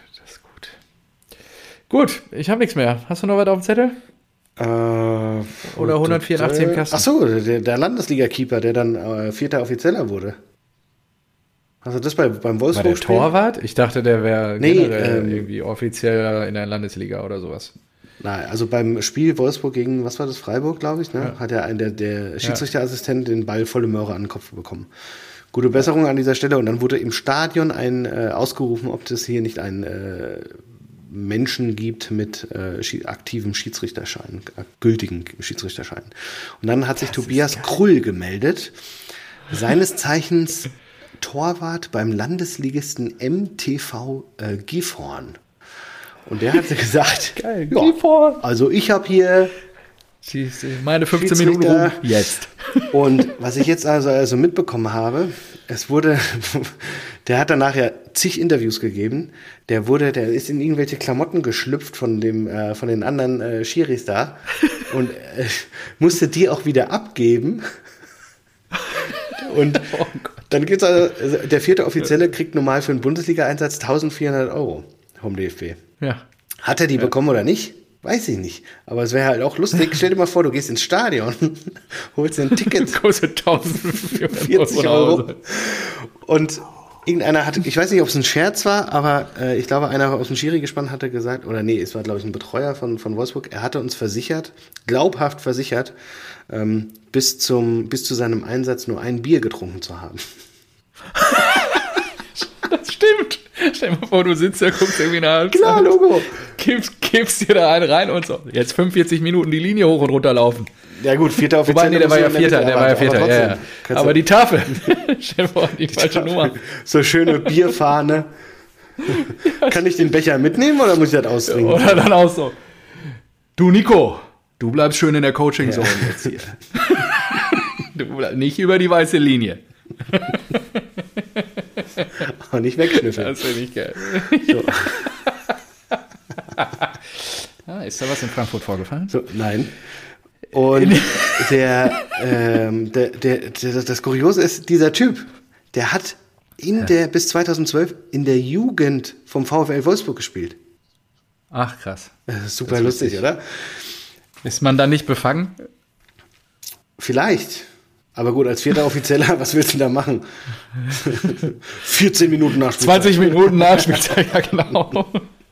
Gut, ich habe nichts mehr. Hast du noch was auf dem Zettel? Oder 184 im Kasten? Achso, der Landesliga-Keeper, der dann 4. Offizieller wurde. Hast du das beim Wolfsburg? War der Torwart? Ich dachte, der wäre generell irgendwie offizieller in der Landesliga oder sowas. Nein, also beim Spiel Wolfsburg gegen, was war das, Freiburg, glaube ich, ne? Hat ja der Schiedsrichterassistent den Ball volle Möhre an den Kopf bekommen. Gute Besserung an dieser Stelle. Und dann wurde im Stadion ausgerufen, ob das hier nicht ein Menschen gibt mit aktivem Schiedsrichterschein, gültigen Schiedsrichterschein. Und dann hat sich Tobias Krull gemeldet, seines Zeichens Torwart beim Landesligisten MTV Gifhorn. Und der hat gesagt, geil, ja, also ich habe hier meine 15 Minuten rum jetzt. Und was ich jetzt also mitbekommen habe, der hat danach ja zig Interviews gegeben. Der ist in irgendwelche Klamotten geschlüpft von den anderen Schiris da und musste die auch wieder abgeben. Und dann gibt's also der 4. Offizielle kriegt normal für einen Bundesliga-Einsatz 1.400 € vom DFB. Ja. Hat er die bekommen oder nicht? Weiß ich nicht. Aber es wäre halt auch lustig. Stell dir mal vor, du gehst ins Stadion, holst dir ein Ticket. Kostet 1.440 € Und irgendeiner hatte, ich weiß nicht, ob es ein Scherz war, aber ich glaube, einer aus dem Schiri-Gespann hatte gesagt, oder nee, es war, glaube ich, ein Betreuer von Wolfsburg, er hatte uns versichert, glaubhaft versichert, bis zu seinem Einsatz nur ein Bier getrunken zu haben. Das stimmt. Stell dir mal vor, du sitzt da, guckst irgendwie eine Halbzeit. Klar, Logo. Kippst dir da einen rein und so. Jetzt 45 Minuten die Linie hoch und runter laufen. Ja gut, 4. Offiziell. Wobei, nee, der war ja Vierter. Ja. Aber die Tafel. Stell dir vor, die falsche Nummer. So schöne Bierfahne. Kann ich den Becher mitnehmen oder muss ich das austrinken? Oder dann auch so. Du, Nico, du bleibst schön in der Coaching-Zone jetzt hier. Du bleibst nicht über die weiße Linie. Aber nicht wegschnüffeln. Das finde ich geil. So. Ist da was in Frankfurt vorgefallen? So, nein. Und das Kuriose ist, dieser Typ, der hat bis 2012 in der Jugend vom VfL Wolfsburg gespielt. Ach, krass. Das ist super lustig, oder? Ist man dann nicht befangen? Vielleicht. Aber gut, als 4. Offizieller, was willst du da machen? 14 Minuten Nachspielzeit. 20 Minuten Nachspielzeit, ja genau.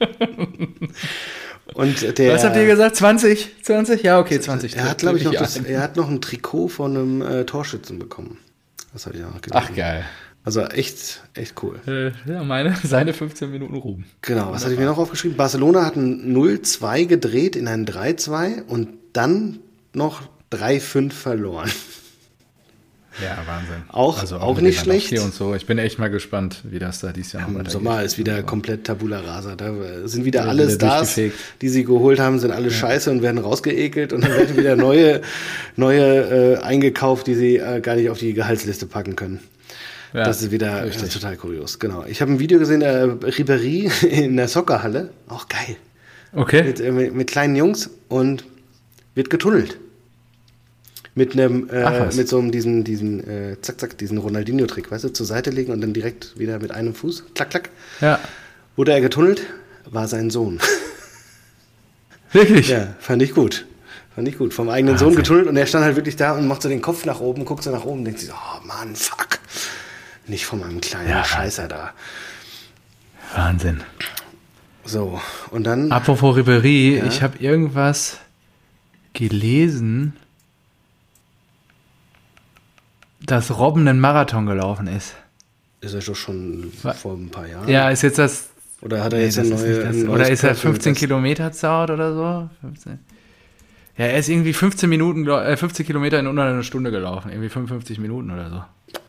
Und was habt ihr gesagt? 20? 20? Ja, okay, 20. Er hat, glaube ich, er hat noch ein Trikot von einem Torschützen bekommen. Das habe ich auch gedacht. Ach, geil. Also echt cool. Ja, seine 15 Minuten Ruhm. Genau, was hatte ich mir noch aufgeschrieben? Barcelona hat ein 0-2 gedreht in ein 3-2 und dann noch 3-5 verloren. Ja, Wahnsinn. Auch nicht schlecht. Und so. Ich bin echt mal gespannt, wie das da dieses Jahr noch weitergeht. Im Sommer ist wieder komplett Tabula Rasa. Da sind wieder alle Stars, die sie geholt haben, sind alle scheiße und werden rausgeekelt. Und dann werden wieder neue eingekauft, die sie gar nicht auf die Gehaltsliste packen können. Ja, das ist wieder total kurios. Genau. Ich habe ein Video gesehen, Ribéry in der Soccerhalle. Auch geil. Okay. Mit kleinen Jungs und wird getunnelt. Mit einem, mit so einem, diesen zack, zack, diesen Ronaldinho-Trick, weißt du, zur Seite legen und dann direkt wieder mit einem Fuß, klack, klack. Ja. Wurde er getunnelt, war sein Sohn. Wirklich? Ja, fand ich gut. Vom eigenen Sohn getunnelt und er stand halt wirklich da und macht so den Kopf nach oben, guckt so nach oben und denkt sich, oh Mann, fuck. Nicht von meinem kleinen Scheißer da. Wahnsinn. So, und dann... Apropos Ribéry, ich habe irgendwas gelesen, dass Robben einen Marathon gelaufen ist. Ist er doch schon vor ein paar Jahren? Ja, ist jetzt das... Oder hat er jetzt eine neue... Oder ist er 15 Kilometer zaut oder so? 15. Ja, er ist irgendwie 15 Kilometer in unter einer Stunde gelaufen. Irgendwie 55 Minuten oder so.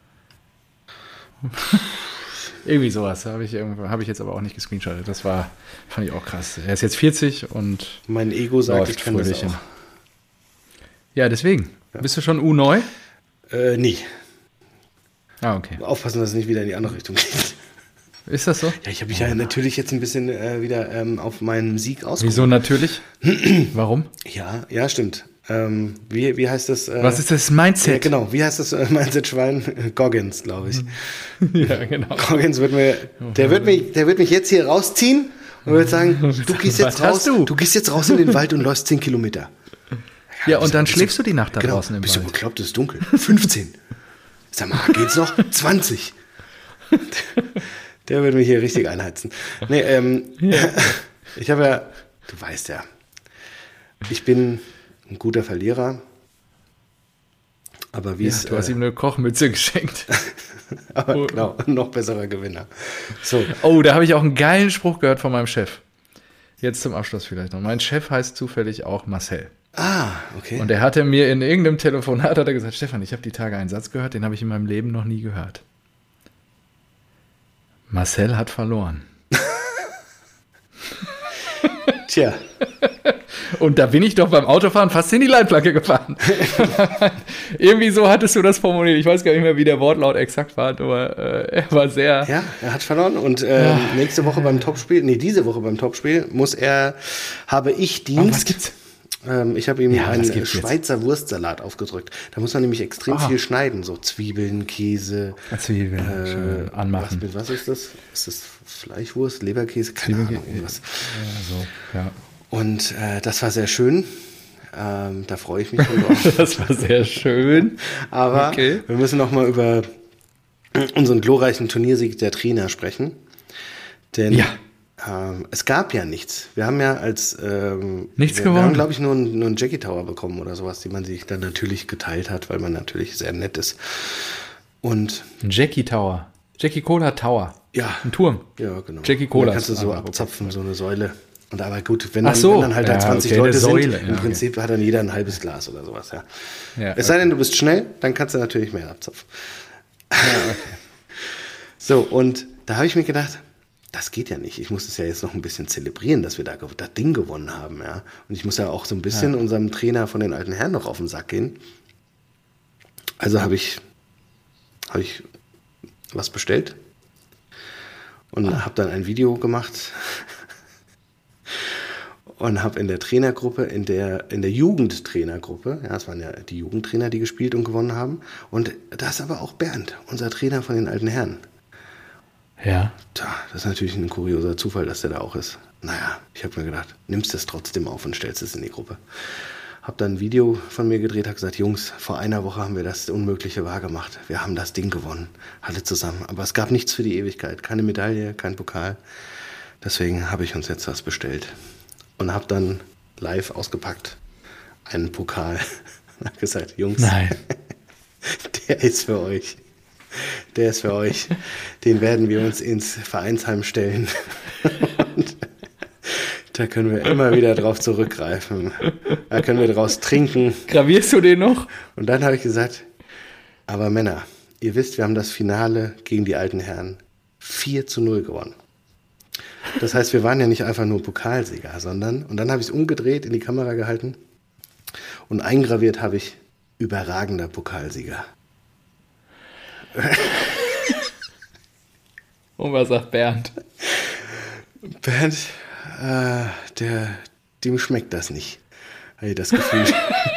Irgendwie sowas. Habe ich jetzt aber auch nicht gescreenshottet. Das fand ich auch krass. Er ist jetzt 40 und mein Ego sagt, ich kann das auch. Ja, deswegen. Ja. Bist du schon neu? Nie. Ah, okay. Aufpassen, dass es nicht wieder in die andere Richtung geht. Ist das so? Ja, ich habe mich ja natürlich jetzt ein bisschen wieder auf meinen Sieg ausgeruht. Wieso natürlich? Warum? Ja, stimmt. Wie heißt das? Was ist das Mindset? Ja, genau. Wie heißt das Mindset-Schwein? Goggins, glaube ich. Ja, genau. Goggins wird mich jetzt hier rausziehen und wird sagen, du gehst jetzt raus. Du gehst jetzt raus in den Wald und läufst 10 Kilometer. Ja, und dann schläfst du die Nacht da draußen im Wald. Bist du bekloppt, es ist dunkel. 15. Sag mal, geht's noch? 20. Der wird mich hier richtig einheizen. Nee, ich habe ja, du weißt ja, ich bin ein guter Verlierer, aber wie es... Du hast ihm eine Kochmütze geschenkt. Aber genau, noch besserer Gewinner. So. Oh, da habe ich auch einen geilen Spruch gehört von meinem Chef. Jetzt zum Abschluss vielleicht noch. Mein Chef heißt zufällig auch Marcel. Ah, okay. Und er hatte mir in irgendeinem Telefonat gesagt, Stefan, ich habe die Tage einen Satz gehört, den habe ich in meinem Leben noch nie gehört. Marcel hat verloren. Tja. Und da bin ich doch beim Autofahren fast in die Leitplanke gefahren. Irgendwie so hattest du das formuliert. Ich weiß gar nicht mehr, wie der Wortlaut exakt war, aber er war sehr... Ja, er hat verloren und nächste Woche beim Topspiel, diese Woche beim Topspiel, habe ich Dienst... Was gibt's? Ich habe ihm einen Schweizer Wurstsalat aufgedrückt. Da muss man nämlich extrem viel schneiden. So Zwiebeln, Käse. Zwiebeln, anmachen. Was ist das? Ist das Fleischwurst, Leberkäse? Keine Ahnung. Was. Ja. Und das war sehr schön. Da freue ich mich schon drauf. Das war sehr schön. Aber wir müssen noch mal über unseren glorreichen Turniersieg der Trainer sprechen. Denn es gab ja nichts. Wir haben ja nichts gewonnen. Wir haben, glaube ich, nur einen Jackie Tower bekommen oder sowas, die man sich dann natürlich geteilt hat, weil man natürlich sehr nett ist. Und ein Jackie Tower. Jackie Cola Tower. Ja. Ein Turm. Ja, genau. Jackie Cola. Kannst du so abzapfen, so eine Säule. Und aber gut, wenn dann halt da 20 Leute sind, im Prinzip hat dann jeder ein halbes Glas oder sowas. Ja. Es sei denn, du bist schnell, dann kannst du natürlich mehr abzapfen. Ja, okay. So, und da habe ich mir gedacht, das geht ja nicht. Ich muss es ja jetzt noch ein bisschen zelebrieren, dass wir da das Ding gewonnen haben. Ja? Und ich muss ja auch so ein bisschen unserem Trainer von den alten Herren noch auf den Sack gehen. Also habe ich was bestellt und habe dann ein Video gemacht und habe in der Trainergruppe, in der Jugendtrainergruppe, es waren ja die Jugendtrainer, die gespielt und gewonnen haben, und da ist aber auch Bernd, unser Trainer von den alten Herren. Ja. Tja, das ist natürlich ein kurioser Zufall, dass der da auch ist. Naja, ich habe mir gedacht, nimmst das trotzdem auf und stellst es in die Gruppe. Hab dann ein Video von mir gedreht, habe gesagt, Jungs, vor einer Woche haben wir das Unmögliche wahrgemacht. Wir haben das Ding gewonnen, alle zusammen. Aber es gab nichts für die Ewigkeit, keine Medaille, kein Pokal. Deswegen habe ich uns jetzt was bestellt. Und habe dann live ausgepackt einen Pokal. Und habe gesagt, Jungs, der ist für euch. Der ist für euch. Den werden wir uns ins Vereinsheim stellen. Und da können wir immer wieder drauf zurückgreifen. Da können wir draus trinken. Gravierst du den noch? Und dann habe ich gesagt, aber Männer, ihr wisst, wir haben das Finale gegen die alten Herren 4-0 gewonnen. Das heißt, wir waren ja nicht einfach nur Pokalsieger, sondern, und dann habe ich es umgedreht, in die Kamera gehalten und eingraviert habe ich überragender Pokalsieger. Und was sagt Bernd? Bernd dem schmeckt das nicht. Habe ich das Gefühl.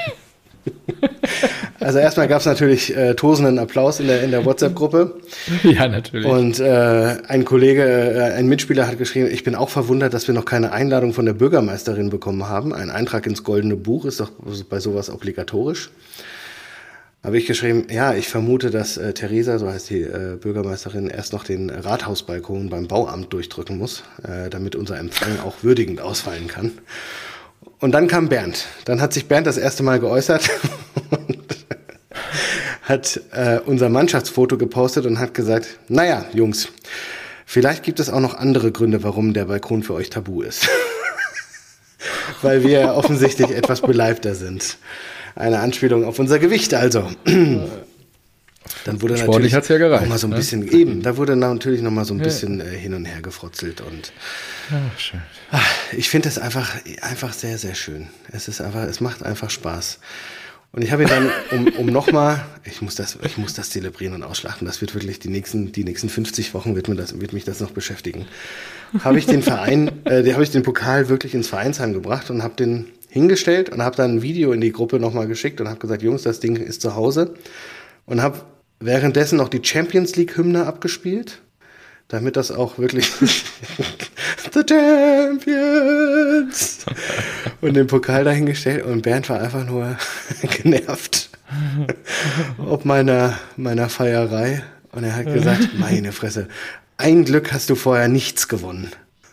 Also erstmal gab es natürlich tosenden Applaus in der WhatsApp-Gruppe. Ja, natürlich. Und ein Kollege, ein Mitspieler hat geschrieben, ich bin auch verwundert, dass wir noch keine Einladung von der Bürgermeisterin bekommen haben. Ein Eintrag ins Goldene Buch ist doch bei sowas obligatorisch. Habe ich geschrieben, ja, ich vermute, dass Theresa, so heißt die Bürgermeisterin, erst noch den Rathausbalkon beim Bauamt durchdrücken muss, damit unser Empfang auch würdigend ausfallen kann. Und dann kam Bernd. Dann hat sich Bernd das erste Mal geäußert und hat unser Mannschaftsfoto gepostet und hat gesagt, naja, Jungs, vielleicht gibt es auch noch andere Gründe, warum der Balkon für euch tabu ist. Weil wir offensichtlich etwas beleibter sind. Eine Anspielung auf unser Gewicht also. Dann wurde sportlich hat's ja gereicht, noch mal so ein bisschen, eben, da wurde natürlich noch mal so ein bisschen hin und her gefrotzelt und schön. Ich finde es einfach sehr, sehr schön. Es macht einfach Spaß. Und ich habe ihn dann, um nochmal, ich muss das zelebrieren und ausschlachten, das wird wirklich die nächsten 50 Wochen wird mich das noch beschäftigen. Habe ich den Pokal wirklich ins Vereinsheim gebracht und habe den hingestellt und habe dann ein Video in die Gruppe nochmal geschickt und habe gesagt, Jungs, das Ding ist zu Hause. Und habe währenddessen noch die Champions League Hymne abgespielt, damit das auch wirklich The Champions und den Pokal dahingestellt und Bernd war einfach nur genervt ob meiner Feierei und er hat gesagt, meine Fresse, ein Glück hast du vorher nichts gewonnen.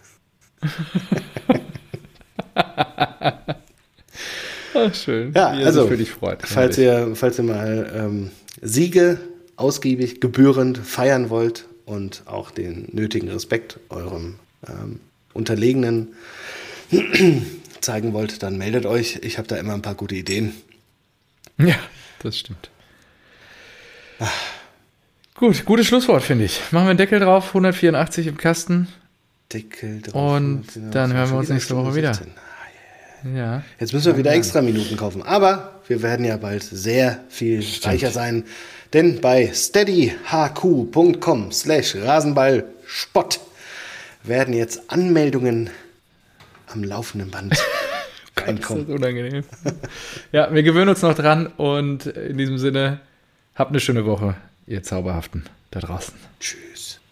Ach, schön. Ja, also für dich freut. Falls ihr mal Siege ausgiebig, gebührend feiern wollt und auch den nötigen Respekt eurem Unterlegenen zeigen wollt, dann meldet euch. Ich habe da immer ein paar gute Ideen. Ja, das stimmt. Gut, gutes Schlusswort, finde ich. Machen wir einen Deckel drauf, 184 im Kasten. Deckel drauf. Und dann hören wir uns nächste Woche wieder. Ja. Jetzt müssen wir wieder extra Minuten kaufen. Aber wir werden ja bald sehr viel reicher sein. Denn bei steadyhq.com/Rasenballspott werden jetzt Anmeldungen am laufenden Band reinkommen. Das ist unangenehm. Ja, wir gewöhnen uns noch dran und in diesem Sinne, habt eine schöne Woche, ihr Zauberhaften da draußen. Tschüss.